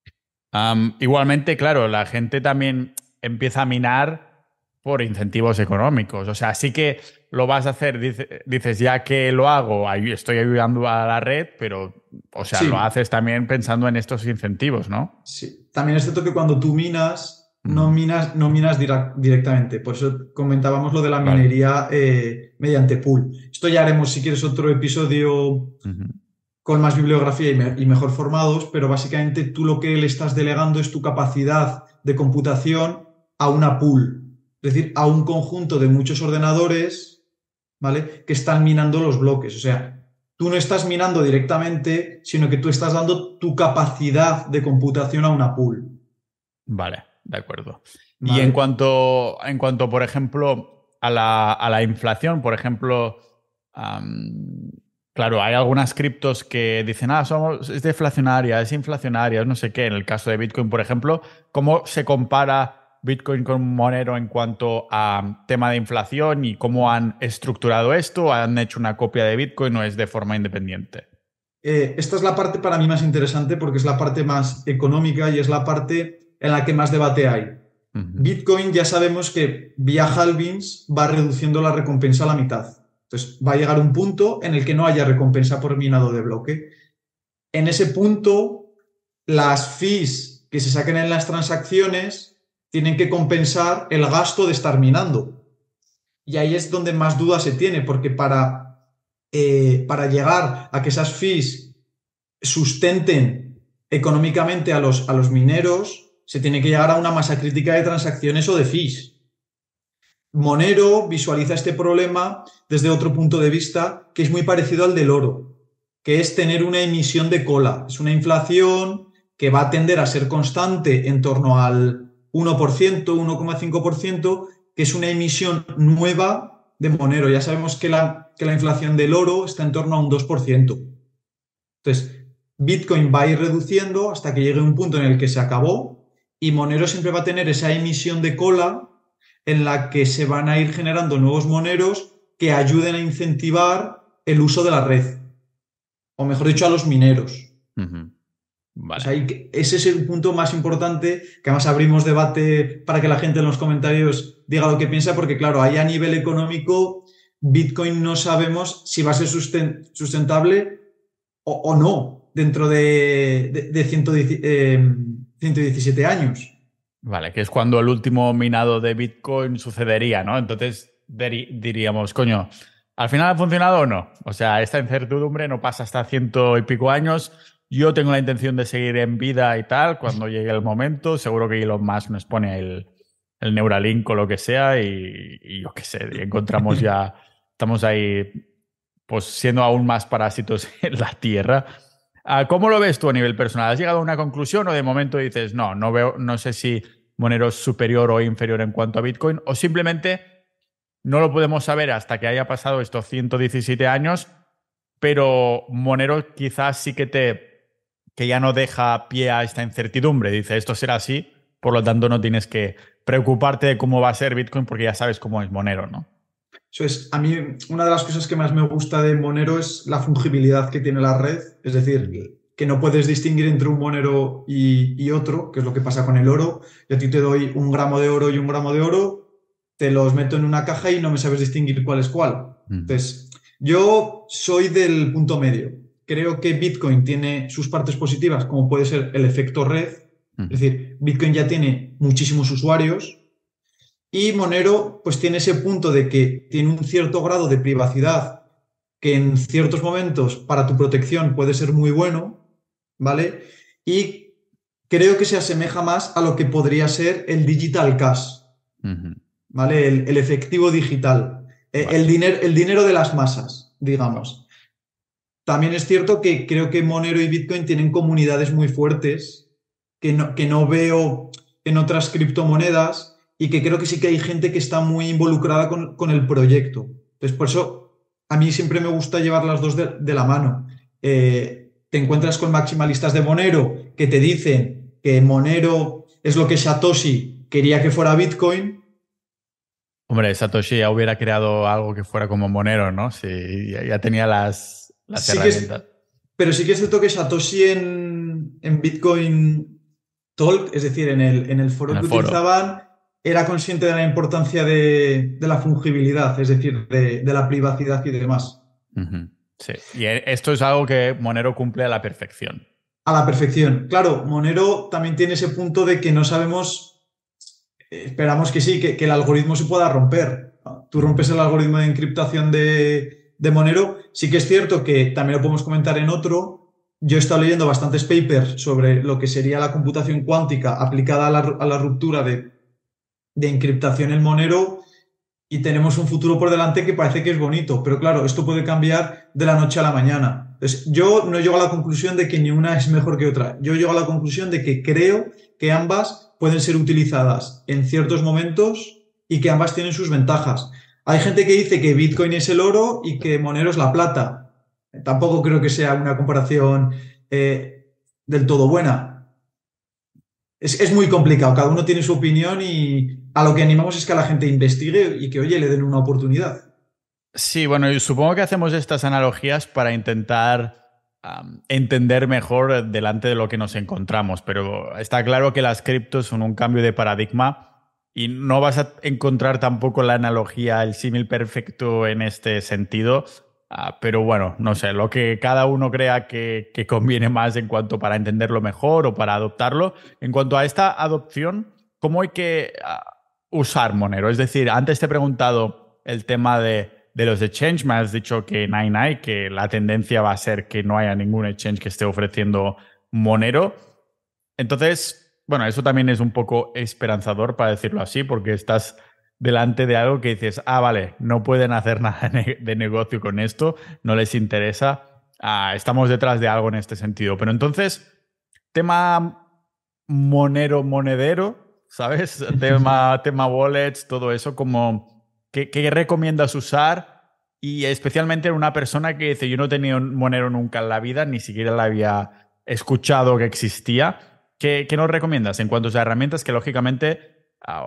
Um, igualmente, claro, la gente también empieza a minar por incentivos económicos. O sea, sí que lo vas a hacer, dice, dices, ya que lo hago, estoy ayudando a la red, pero, o sea, sí. Lo haces también pensando en estos incentivos, ¿no? Sí. También es cierto que cuando tú minas, mm. no minas, no minas direct, directamente. Por eso comentábamos lo de la minería vale. eh, mediante pool. Esto ya haremos, si quieres, otro episodio... Uh-huh. con más bibliografía y, me- y mejor formados, pero básicamente tú lo que le estás delegando es tu capacidad de computación a una pool, es decir, a un conjunto de muchos ordenadores, ¿vale? Que están minando los bloques. O sea, tú no estás minando directamente, sino que tú estás dando tu capacidad de computación a una pool, Vale, de acuerdo. Y en ¿vale? cuanto, en cuanto, por ejemplo, a la, a la inflación, por ejemplo, am, claro, hay algunas criptos que dicen, ah, somos, es deflacionaria, es inflacionaria, es no sé qué. En el caso de Bitcoin, por ejemplo, ¿cómo se compara Bitcoin con Monero en cuanto a tema de inflación y cómo han estructurado esto? ¿Han hecho una copia de Bitcoin o es de forma independiente? Eh, esta es la parte para mí más interesante porque es la parte más económica y es la parte en la que más debate hay. Ujú. Bitcoin ya sabemos que vía halvings va reduciendo la recompensa a la mitad. Entonces va a llegar un punto en el que no haya recompensa por minado de bloque. En ese punto, las fees que se saquen en las transacciones tienen que compensar el gasto de estar minando. Y ahí es donde más duda se tiene, porque para, eh, para llegar a que esas fees sustenten económicamente a los, a los mineros, se tiene que llegar a una masa crítica de transacciones o de fees. Monero visualiza este problema desde otro punto de vista que es muy parecido al del oro, que es tener una emisión de cola. Es una inflación que va a tender a ser constante en torno al uno por ciento, uno coma cinco por ciento, que es una emisión nueva de Monero. Ya sabemos que la, que la inflación del oro está en torno a un dos por ciento. Entonces, Bitcoin va a ir reduciendo hasta que llegue un punto en el que se acabó y Monero siempre va a tener esa emisión de cola en la que se van a ir generando nuevos moneros que ayuden a incentivar el uso de la red, o mejor dicho, a los mineros. Ujú. O Vale. sea, ese es el punto más importante, que además abrimos debate para que la gente en los comentarios diga lo que piensa, porque claro, ahí a nivel económico, Bitcoin no sabemos si va a ser sustentable o, o no dentro de, de, de ciento diez, eh, ciento diecisiete años. Vale, que es cuando el último minado de Bitcoin sucedería, ¿no? Entonces diri- diríamos, coño, ¿al final ha funcionado o no? O sea, esta incertidumbre no pasa hasta ciento y pico años. Yo tengo la intención de seguir en vida y tal, cuando llegue el momento. Seguro que Elon Musk nos pone el, el Neuralink o lo que sea y, y yo qué sé, y encontramos ya, estamos ahí pues siendo aún más parásitos en la Tierra. Ah, ¿cómo lo ves tú a nivel personal? ¿Has llegado a una conclusión o de momento dices, no, no veo, no sé si Monero es superior o inferior en cuanto a Bitcoin, o simplemente no lo podemos saber hasta que haya pasado estos ciento diecisiete años, pero Monero quizás sí que te, que ya no deja pie a esta incertidumbre? Dice, esto será así, por lo tanto no tienes que preocuparte de cómo va a ser Bitcoin porque ya sabes cómo es Monero, ¿no? Eso es, a mí una de las cosas que más me gusta de Monero es la fungibilidad que tiene la red, es decir, que no puedes distinguir entre un Monero y, y otro, que es lo que pasa con el oro. Yo a ti te doy un gramo de oro y un gramo de oro, te los meto en una caja y no me sabes distinguir cuál es cuál. Mm. Entonces, yo soy del punto medio. Creo que Bitcoin tiene sus partes positivas, como puede ser el efecto red, Mm. es decir, Bitcoin ya tiene muchísimos usuarios. Y Monero pues tiene ese punto de que tiene un cierto grado de privacidad que en ciertos momentos para tu protección puede ser muy bueno, ¿vale? Y creo que se asemeja más a lo que podría ser el digital cash, Ujú. ¿vale? El, el efectivo digital, eh, Vale. el, diner, el dinero de las masas, digamos. También es cierto que creo que Monero y Bitcoin tienen comunidades muy fuertes que no, que no veo en otras criptomonedas y que creo que sí que hay gente que está muy involucrada con, con el proyecto. Entonces, por eso a mí siempre me gusta llevar las dos de, de la mano. Eh, te encuentras con maximalistas de Monero que te dicen que Monero es lo que Satoshi quería que fuera Bitcoin. Hombre, Satoshi ya hubiera creado algo que fuera como Monero, ¿no? Sí, ya, ya tenía las, las Sí que es, herramientas. pero sí que es cierto que Satoshi en, en Bitcoin Talk, es decir, en el, en el En foro el que foro. utilizaban, era consciente de la importancia de, de la fungibilidad, es decir, de, de la privacidad y demás. Ujú. Sí. Y e- esto es algo que Monero cumple a la perfección. A la perfección. Claro, Monero también tiene ese punto de que no sabemos, eh, esperamos que sí, que, que el algoritmo se pueda romper. Tú rompes el algoritmo de encriptación de, de Monero. Sí que es cierto que también lo podemos comentar en otro, yo he estado leyendo bastantes papers sobre lo que sería la computación cuántica aplicada a la, a la ruptura de, de encriptación en Monero y tenemos un futuro por delante que parece que es bonito, pero claro, esto puede cambiar de la noche a la mañana. Entonces, yo no llego a la conclusión de que ni una es mejor que otra. Yo llego a la conclusión de que creo que ambas pueden ser utilizadas en ciertos momentos y que ambas tienen sus ventajas. Hay gente que dice que Bitcoin es el oro y que Monero es la plata. Tampoco creo que sea una comparación eh, del todo buena. Es, es muy complicado, cada uno tiene su opinión y a lo que animamos es que la gente investigue y que, oye, le den una oportunidad. Sí, bueno, y supongo que hacemos estas analogías para intentar um, entender mejor delante de lo que nos encontramos, pero está claro que las criptos son un cambio de paradigma y no vas a encontrar tampoco la analogía, el símil perfecto en este sentido. Uh, pero bueno, no sé, lo que cada uno crea que, que conviene más en cuanto para entenderlo mejor o para adoptarlo. En cuanto a esta adopción, ¿cómo hay que uh, usar Monero? Es decir, antes te he preguntado el tema de, de los exchange, me has dicho que Nine Nine, que la tendencia va a ser que no haya ningún exchange que esté ofreciendo Monero. Entonces, bueno, eso también es un poco esperanzador, para decirlo así, porque estás delante de algo que dices, ah, vale, no pueden hacer nada de negocio con esto, no les interesa, ah, estamos detrás de algo en este sentido. Pero entonces, tema Monero, monedero, ¿sabes? tema, tema wallets, todo eso, como, ¿qué, qué recomiendas usar? Y especialmente en una persona que dice, yo no he tenido Monero nunca en la vida, ni siquiera la había escuchado que existía. ¿Qué, qué nos recomiendas en cuanto a herramientas que, lógicamente,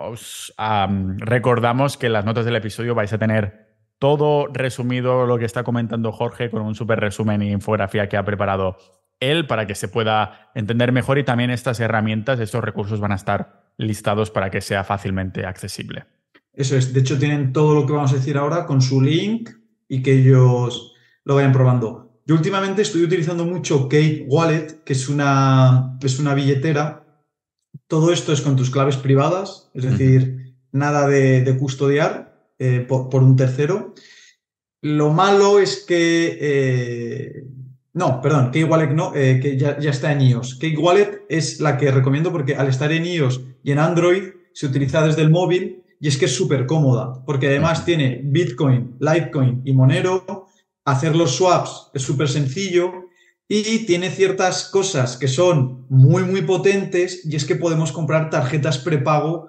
os um, recordamos que en las notas del episodio vais a tener todo resumido, lo que está comentando Jorge, con un súper resumen y infografía que ha preparado él para que se pueda entender mejor, y también estas herramientas, estos recursos van a estar listados para que sea fácilmente accesible. Eso es, de hecho tienen todo lo que vamos a decir ahora con su link y que ellos lo vayan probando. Yo últimamente estoy utilizando mucho Cake Wallet, que es una, es una billetera. Todo esto es con tus claves privadas, es decir, uh-huh. nada de, de custodiar eh, por, por un tercero. Lo malo es que... Eh, no, perdón, Cake Wallet no, eh, que ya, ya está en iOS. Cake Wallet es la que recomiendo porque al estar en iOS y en Android se utiliza desde el móvil y es que es súper cómoda porque además uh-huh. tiene Bitcoin, Litecoin y Monero. Hacer los swaps es súper sencillo. Y tiene ciertas cosas que son muy, muy potentes, y es que podemos comprar tarjetas prepago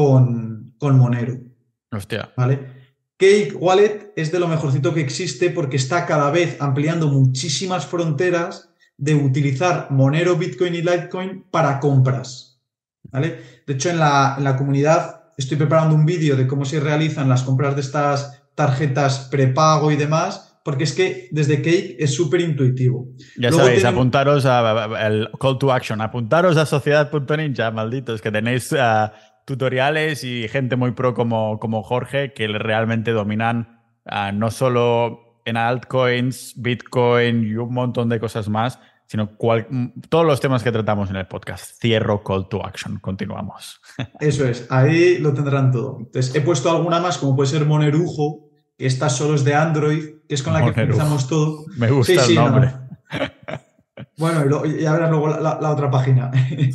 con, con Monero. Hostia. ¿Vale? Cake Wallet es de lo mejorcito que existe porque está cada vez ampliando muchísimas fronteras de utilizar Monero, Bitcoin y Litecoin para compras. ¿Vale? De hecho, en la, en la comunidad estoy preparando un vídeo de cómo se realizan las compras de estas tarjetas prepago y demás, porque es que desde Cake es súper intuitivo. Ya Luego sabéis, tenemos... apuntaros al call to action, apuntaros a sociedad punto ninja, malditos, que tenéis uh, tutoriales y gente muy pro como, como Jorge, que realmente dominan uh, no solo en altcoins, Bitcoin y un montón de cosas más, sino cual, todos los temas que tratamos en el podcast. Cierro call to action, continuamos. Eso es, ahí lo tendrán todo. Entonces, he puesto alguna más, como puede ser Monerujo, que esta solo es de Android, que es con la Monerujo. Que empezamos todo. Me gusta sí, el sí, nombre. No. Bueno, ya verás luego la, la, la otra página.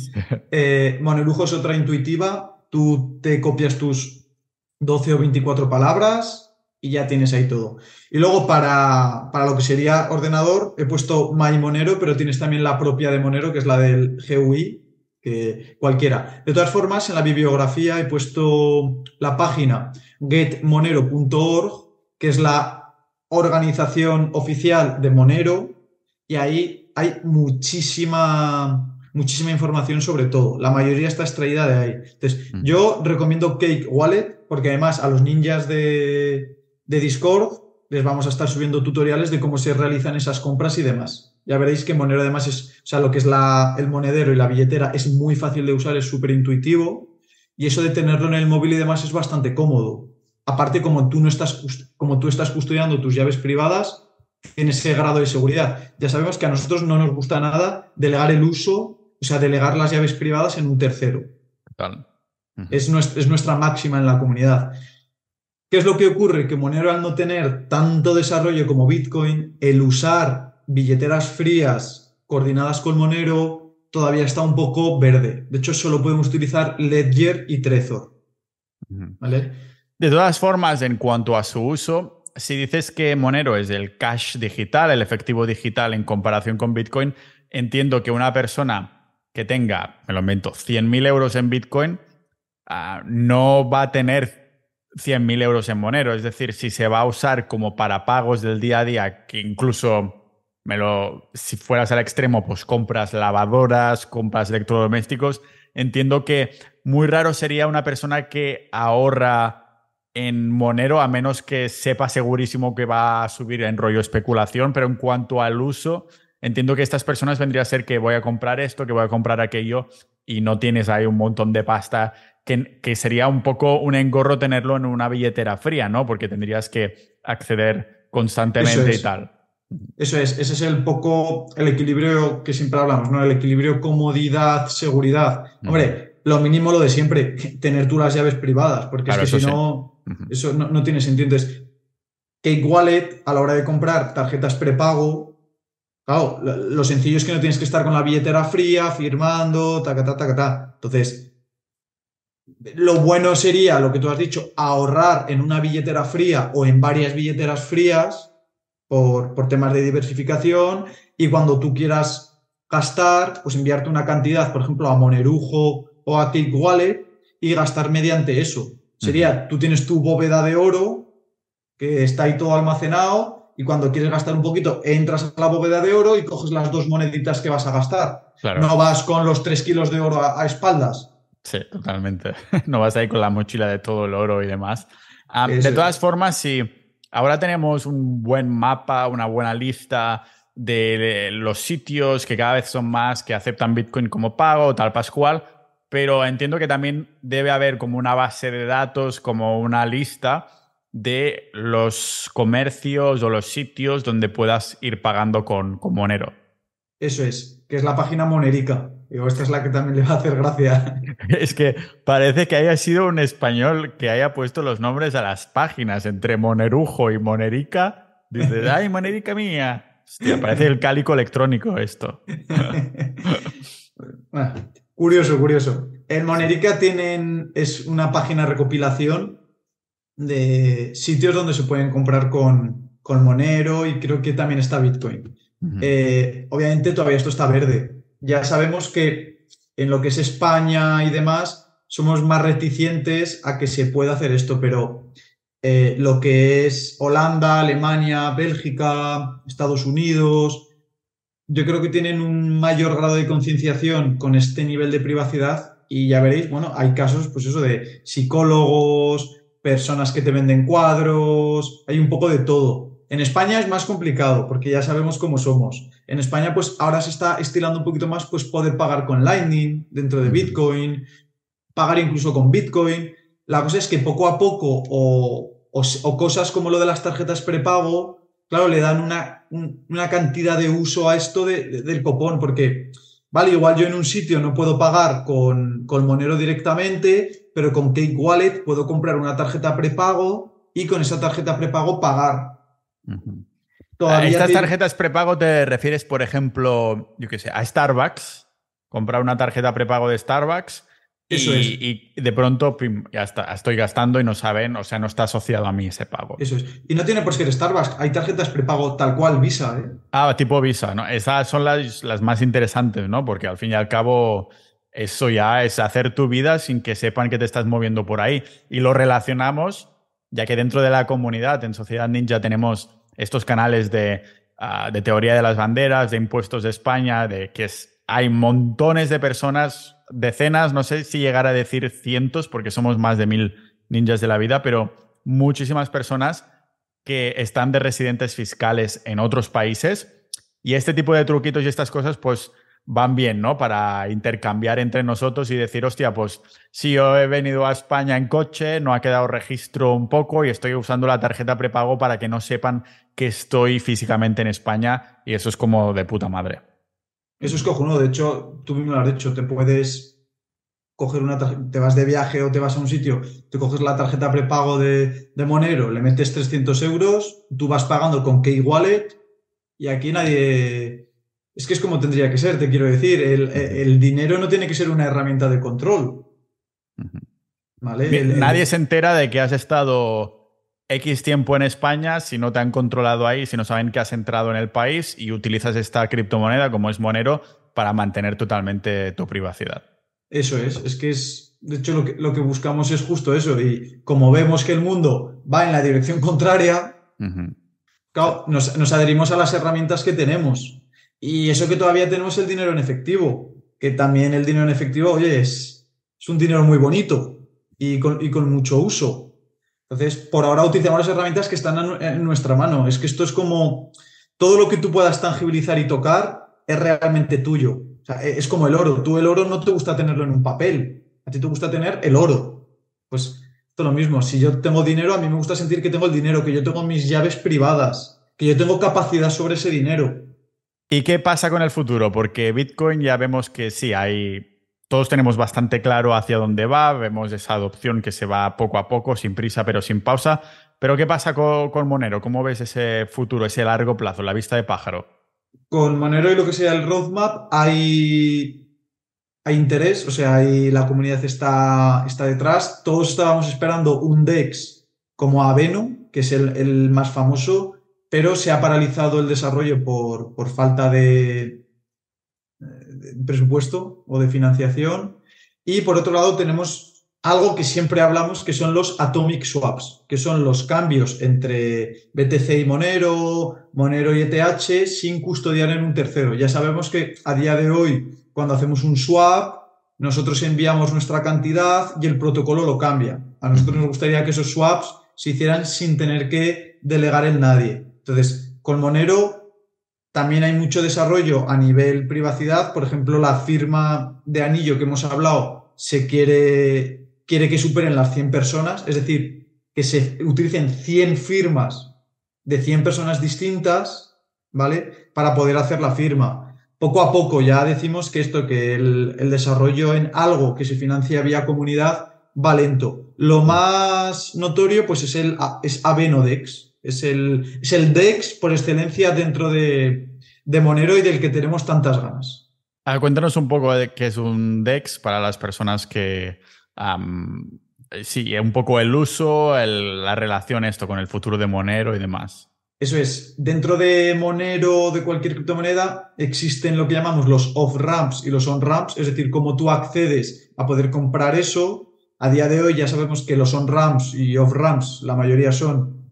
eh, Monerujo es otra intuitiva. Tú te copias tus doce o veinticuatro palabras y ya tienes ahí todo. Y luego para, para lo que sería ordenador he puesto MyMonero, pero tienes también la propia de Monero, que es la del G U I, que cualquiera. De todas formas, en la bibliografía he puesto la página get monero punto org, que es la organización oficial de Monero, y ahí hay muchísima, muchísima información sobre todo. La mayoría está extraída de ahí. Entonces, mm. yo recomiendo Cake Wallet, porque además a los ninjas de, de Discord les vamos a estar subiendo tutoriales de cómo se realizan esas compras y demás. Ya veréis que Monero además es, o sea, lo que es la, el monedero y la billetera es muy fácil de usar, es súper intuitivo, y eso de tenerlo en el móvil y demás es bastante cómodo. Aparte, como tú no estás, como tú estás custodiando tus llaves privadas, tienes ese grado de seguridad. Ya sabemos que a nosotros no nos gusta nada delegar el uso, o sea, delegar las llaves privadas en un tercero. Total. Uh-huh. Es, nuestra, es nuestra máxima en la comunidad. ¿Qué es lo que ocurre? Que Monero, al no tener tanto desarrollo como Bitcoin, el usar billeteras frías coordinadas con Monero, todavía está un poco verde. De hecho, solo podemos utilizar Ledger y Trezor. ¿Vale? De todas formas, en cuanto a su uso, si dices que Monero es el cash digital, el efectivo digital en comparación con Bitcoin, entiendo que una persona que tenga, me lo invento, cien mil euros en Bitcoin, uh, no va a tener cien mil euros en Monero. Es decir, si se va a usar como para pagos del día a día, que incluso me lo, si fueras al extremo, pues compras lavadoras, compras electrodomésticos, entiendo que muy raro sería una persona que ahorra en Monero, a menos que sepa segurísimo que va a subir en rollo especulación, pero en cuanto al uso, entiendo que estas personas vendría a ser que voy a comprar esto, que voy a comprar aquello, y no tienes ahí un montón de pasta, que, que sería un poco un engorro tenerlo en una billetera fría, ¿no? Porque tendrías que acceder constantemente es. y tal. Eso es, ese es el poco, el equilibrio que siempre hablamos, ¿no? El equilibrio comodidad-seguridad. Uh-huh. Hombre, lo mínimo lo de siempre, tener tú las llaves privadas, porque claro, es que si no, sí. uh-huh. eso no, no tiene sentido. Entonces, Cake Wallet, a la hora de comprar tarjetas prepago, claro, lo sencillo es que no tienes que estar con la billetera fría, firmando, ta, ta, ta, ta. Entonces, lo bueno sería, lo que tú has dicho, ahorrar en una billetera fría o en varias billeteras frías, Por, por temas de diversificación, y cuando tú quieras gastar, pues enviarte una cantidad, por ejemplo, a Monerujo o a Cake Wallet y gastar mediante eso. Sería, uh-huh. tú tienes tu bóveda de oro, que está ahí todo almacenado, y cuando quieres gastar un poquito, entras a la bóveda de oro y coges las dos moneditas que vas a gastar. Claro. No vas con los tres kilos de oro a, a espaldas. Sí, totalmente. No vas ahí con la mochila de todo el oro y demás. Um, de todas formas, sí. Ahora tenemos un buen mapa, una buena lista de los sitios que cada vez son más que aceptan Bitcoin como pago, tal pascual, pero entiendo que también debe haber como una base de datos, como una lista de los comercios o los sitios donde puedas ir pagando con, con Monero. Eso es, que es la página Monerica. Digo, esta es la que también le va a hacer gracia. Es que parece que haya sido un español que haya puesto los nombres a las páginas entre Monerujo y Monerica. Dices, ¡ay, Monerica mía! Hostia, parece el cálico electrónico esto. Bueno, curioso, curioso. En Monerica tienen, es una página recopilación de sitios donde se pueden comprar con, con Monero, y creo que también está Bitcoin. Uh-huh. Eh, obviamente todavía esto está verde. Ya sabemos que en lo que es España y demás somos más reticentes a que se pueda hacer esto, pero eh, lo que es Holanda, Alemania, Bélgica, Estados Unidos, yo creo que tienen un mayor grado de concienciación con este nivel de privacidad, y ya veréis, bueno, hay casos, pues eso, de psicólogos, personas que te venden cuadros, hay un poco de todo. En España es más complicado porque ya sabemos cómo somos. En España, pues ahora se está estilando un poquito más, pues poder pagar con Lightning dentro de Bitcoin, pagar incluso con Bitcoin. La cosa es que poco a poco, o, o, o cosas como lo de las tarjetas prepago, claro, le dan una, un, una cantidad de uso a esto de, de, del copón, porque, vale, igual yo en un sitio no puedo pagar con, con Monero directamente, pero con Cake Wallet puedo comprar una tarjeta prepago y con esa tarjeta prepago pagar. Uh-huh. ¿A estas te... tarjetas prepago te refieres, por ejemplo, yo qué sé, a Starbucks? Comprar una tarjeta prepago de Starbucks y, Eso es. y de pronto pim, ya está, estoy gastando y no saben, o sea, no está asociado a mí ese pago. Eso es. Y no tiene por qué ser Starbucks, hay tarjetas prepago tal cual Visa, ¿eh? Ah, tipo Visa, ¿no? Esas son las, las más interesantes, ¿no? Porque al fin y al cabo eso ya es hacer tu vida sin que sepan que te estás moviendo por ahí. Y lo relacionamos, ya que dentro de la comunidad, en Sociedad Ninja, tenemos estos canales de, uh, de teoría de las banderas, de impuestos de España, de que es, hay montones de personas, decenas, no sé si llegar a decir cientos, porque somos más de mil ninjas de la vida, pero muchísimas personas que están de residentes fiscales en otros países, y este tipo de truquitos y estas cosas, pues van bien, ¿no? Para intercambiar entre nosotros y decir, hostia, pues si yo he venido a España en coche, no ha quedado registro un poco y estoy usando la tarjeta prepago para que no sepan que estoy físicamente en España, y eso es como de puta madre. Eso es cojonudo. De hecho, tú mismo lo has dicho, te puedes coger una tarjeta, te vas de viaje o te vas a un sitio, te coges la tarjeta prepago de, de Monero, le metes trescientos euros, tú vas pagando con Cake Wallet y aquí nadie... Es que es como tendría que ser, te quiero decir. El, el dinero no tiene que ser una herramienta de control, ¿vale? El, Nadie se el, entera de que has estado X tiempo en España si no te han controlado ahí, si no saben que has entrado en el país y utilizas esta criptomoneda como es Monero para mantener totalmente tu privacidad. Eso es, es que es, de hecho lo que, lo que buscamos es justo eso. Y como vemos que el mundo va en la dirección contraria, Ujú. Sí. claro, nos, nos adherimos a las herramientas que tenemos. Y eso que todavía tenemos el dinero en efectivo, que también el dinero en efectivo, oye, es, es un dinero muy bonito y con, y con mucho uso. Entonces, por ahora utilizamos las herramientas que están en, en nuestra mano. Es que esto es como todo lo que tú puedas tangibilizar y tocar es realmente tuyo. O sea, es como el oro. Tú el oro no te gusta tenerlo en un papel. A ti te gusta tener el oro. Pues esto es lo mismo. Si yo tengo dinero, a mí me gusta sentir que tengo el dinero, que yo tengo mis llaves privadas, que yo tengo capacidad sobre ese dinero. ¿Y qué pasa con el futuro? Porque Bitcoin ya vemos que sí, hay. Todos tenemos bastante claro hacia dónde va, vemos esa adopción que se va poco a poco, sin prisa pero sin pausa. Pero ¿qué pasa con, con Monero? ¿Cómo ves ese futuro, ese largo plazo, la vista de pájaro? Con Monero y lo que sea el roadmap hay, hay interés, o sea, hay, la comunidad está, está detrás. Todos estábamos esperando un DEX como Aveno, que es el, el más famoso, pero se ha paralizado el desarrollo por, por falta de, de presupuesto o de financiación. Y por otro lado tenemos algo que siempre hablamos, que son los atomic swaps, que son los cambios entre B T C y Monero, Monero y E T H sin custodiar en un tercero. Ya sabemos que a día de hoy, cuando hacemos un swap, nosotros enviamos nuestra cantidad y el protocolo lo cambia. A nosotros nos gustaría que esos swaps se hicieran sin tener que delegar en nadie. Entonces, con Monero también hay mucho desarrollo a nivel privacidad. Por ejemplo, la firma de anillo que hemos hablado se quiere, quiere que superen las cien personas, es decir, que se utilicen cien firmas de cien personas distintas, ¿vale? Para poder hacer la firma. Poco a poco ya decimos que esto, que el, el desarrollo en algo que se financia vía comunidad va lento. Lo más notorio pues es el es Avenodex. Es el, es el DEX por excelencia dentro de, de Monero y del que tenemos tantas ganas. Ah, cuéntanos un poco de qué es un DEX para las personas que... Um, sí, un poco el uso, el, la relación esto con el futuro de Monero y demás. Eso es, dentro de Monero o de cualquier criptomoneda existen lo que llamamos los off-ramps y los on-ramps, es decir, cómo tú accedes a poder comprar eso. A día de hoy ya sabemos que los on-ramps y off-ramps, la mayoría son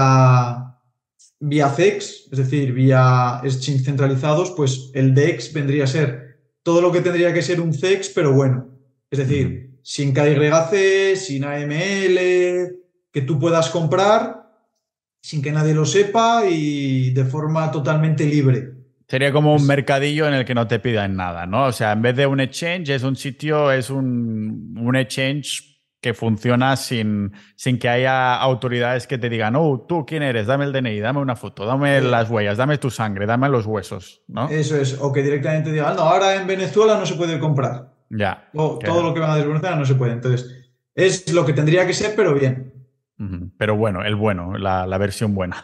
vía, vía C E X, es decir, vía exchange centralizados, pues el DEX vendría a ser todo lo que tendría que ser un C E X, pero bueno. Es decir, mm. sin K Y C, sin A M L, que tú puedas comprar sin que nadie lo sepa y de forma totalmente libre. Sería como un mercadillo en el que no te pidan nada, ¿no? O sea, en vez de un exchange, es un sitio, es un, un exchange que funciona sin, sin que haya autoridades que te digan, oh, ¿tú quién eres? Dame el D N I, dame una foto, dame eh, las huellas, dame tu sangre, dame los huesos, ¿no? Eso es, o que directamente digan, no, ahora en Venezuela no se puede comprar. Ya. O, todo lo que va a Venezuela no se puede. Entonces, es lo que tendría que ser, pero bien. Pero bueno, el bueno, la, la versión buena.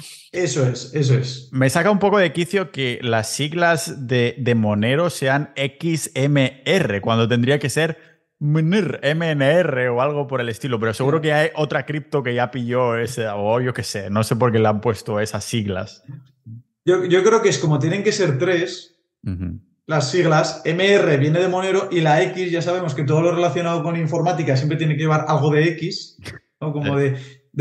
Eso es, eso es. Me saca un poco de quicio que las siglas de, de Monero sean X M R, cuando tendría que ser M N R o algo por el estilo, pero seguro que hay otra cripto que ya pilló ese, o yo qué sé, no sé por qué le han puesto esas siglas. Yo, yo creo que es como tienen que ser tres, uh-huh. Las siglas, M R viene de Monero y la X, ya sabemos que todo lo relacionado con informática siempre tiene que llevar algo de X, ¿no? Como de,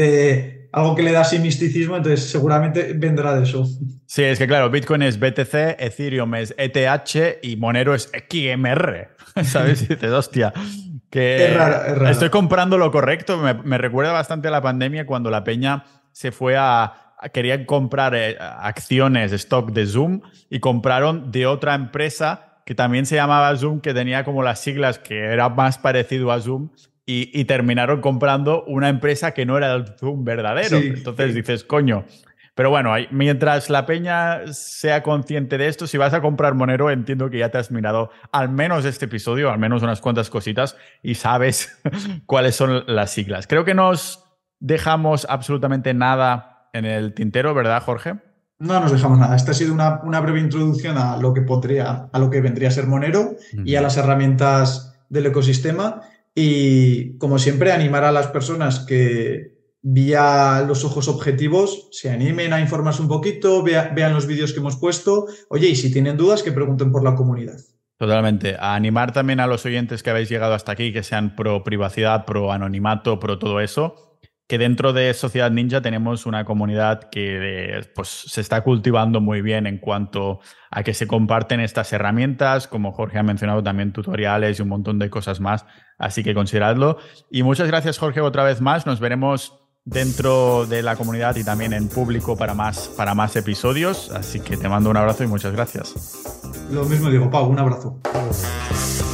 de algo que le da así misticismo, entonces seguramente vendrá de eso. Sí, es que claro, Bitcoin es B T C, Ethereum es E T H y Monero es X M R, ¿sabes? Y dices, hostia, que es raro, es raro. Estoy comprando lo correcto. Me, me recuerda bastante a la pandemia cuando la peña se fue a... Querían comprar eh, acciones, stock de Zoom y compraron de otra empresa que también se llamaba Zoom, que tenía como las siglas que era más parecido a Zoom y, y terminaron comprando una empresa que no era el Zoom verdadero. Sí, Entonces sí. dices, coño. Pero bueno, mientras la peña sea consciente de esto, si vas a comprar Monero, entiendo que ya te has mirado al menos este episodio, al menos unas cuantas cositas y sabes cuáles son las siglas. Creo que nos dejamos absolutamente nada en el tintero, ¿verdad, Jorge? No nos dejamos nada. Esta ha sido una, una breve introducción a lo que podría, a lo que vendría a ser Monero uh-huh. y a las herramientas del ecosistema. Y como siempre, animar a las personas que vía los ojos objetivos se animen a informarse un poquito, vea, vean los vídeos que hemos puesto. Oye, y si tienen dudas, que pregunten por la comunidad. Totalmente. A animar también a los oyentes que habéis llegado hasta aquí, que sean pro privacidad, pro anonimato, pro todo eso, que dentro de Sociedad Ninja tenemos una comunidad que pues, se está cultivando muy bien en cuanto a que se comparten estas herramientas, como Jorge ha mencionado también tutoriales y un montón de cosas más, así que consideradlo. Y muchas gracias, Jorge, otra vez más. Nos veremos dentro de la comunidad y también en público para más, para más episodios, así que te mando un abrazo y muchas gracias. Lo mismo digo, Pau, un abrazo.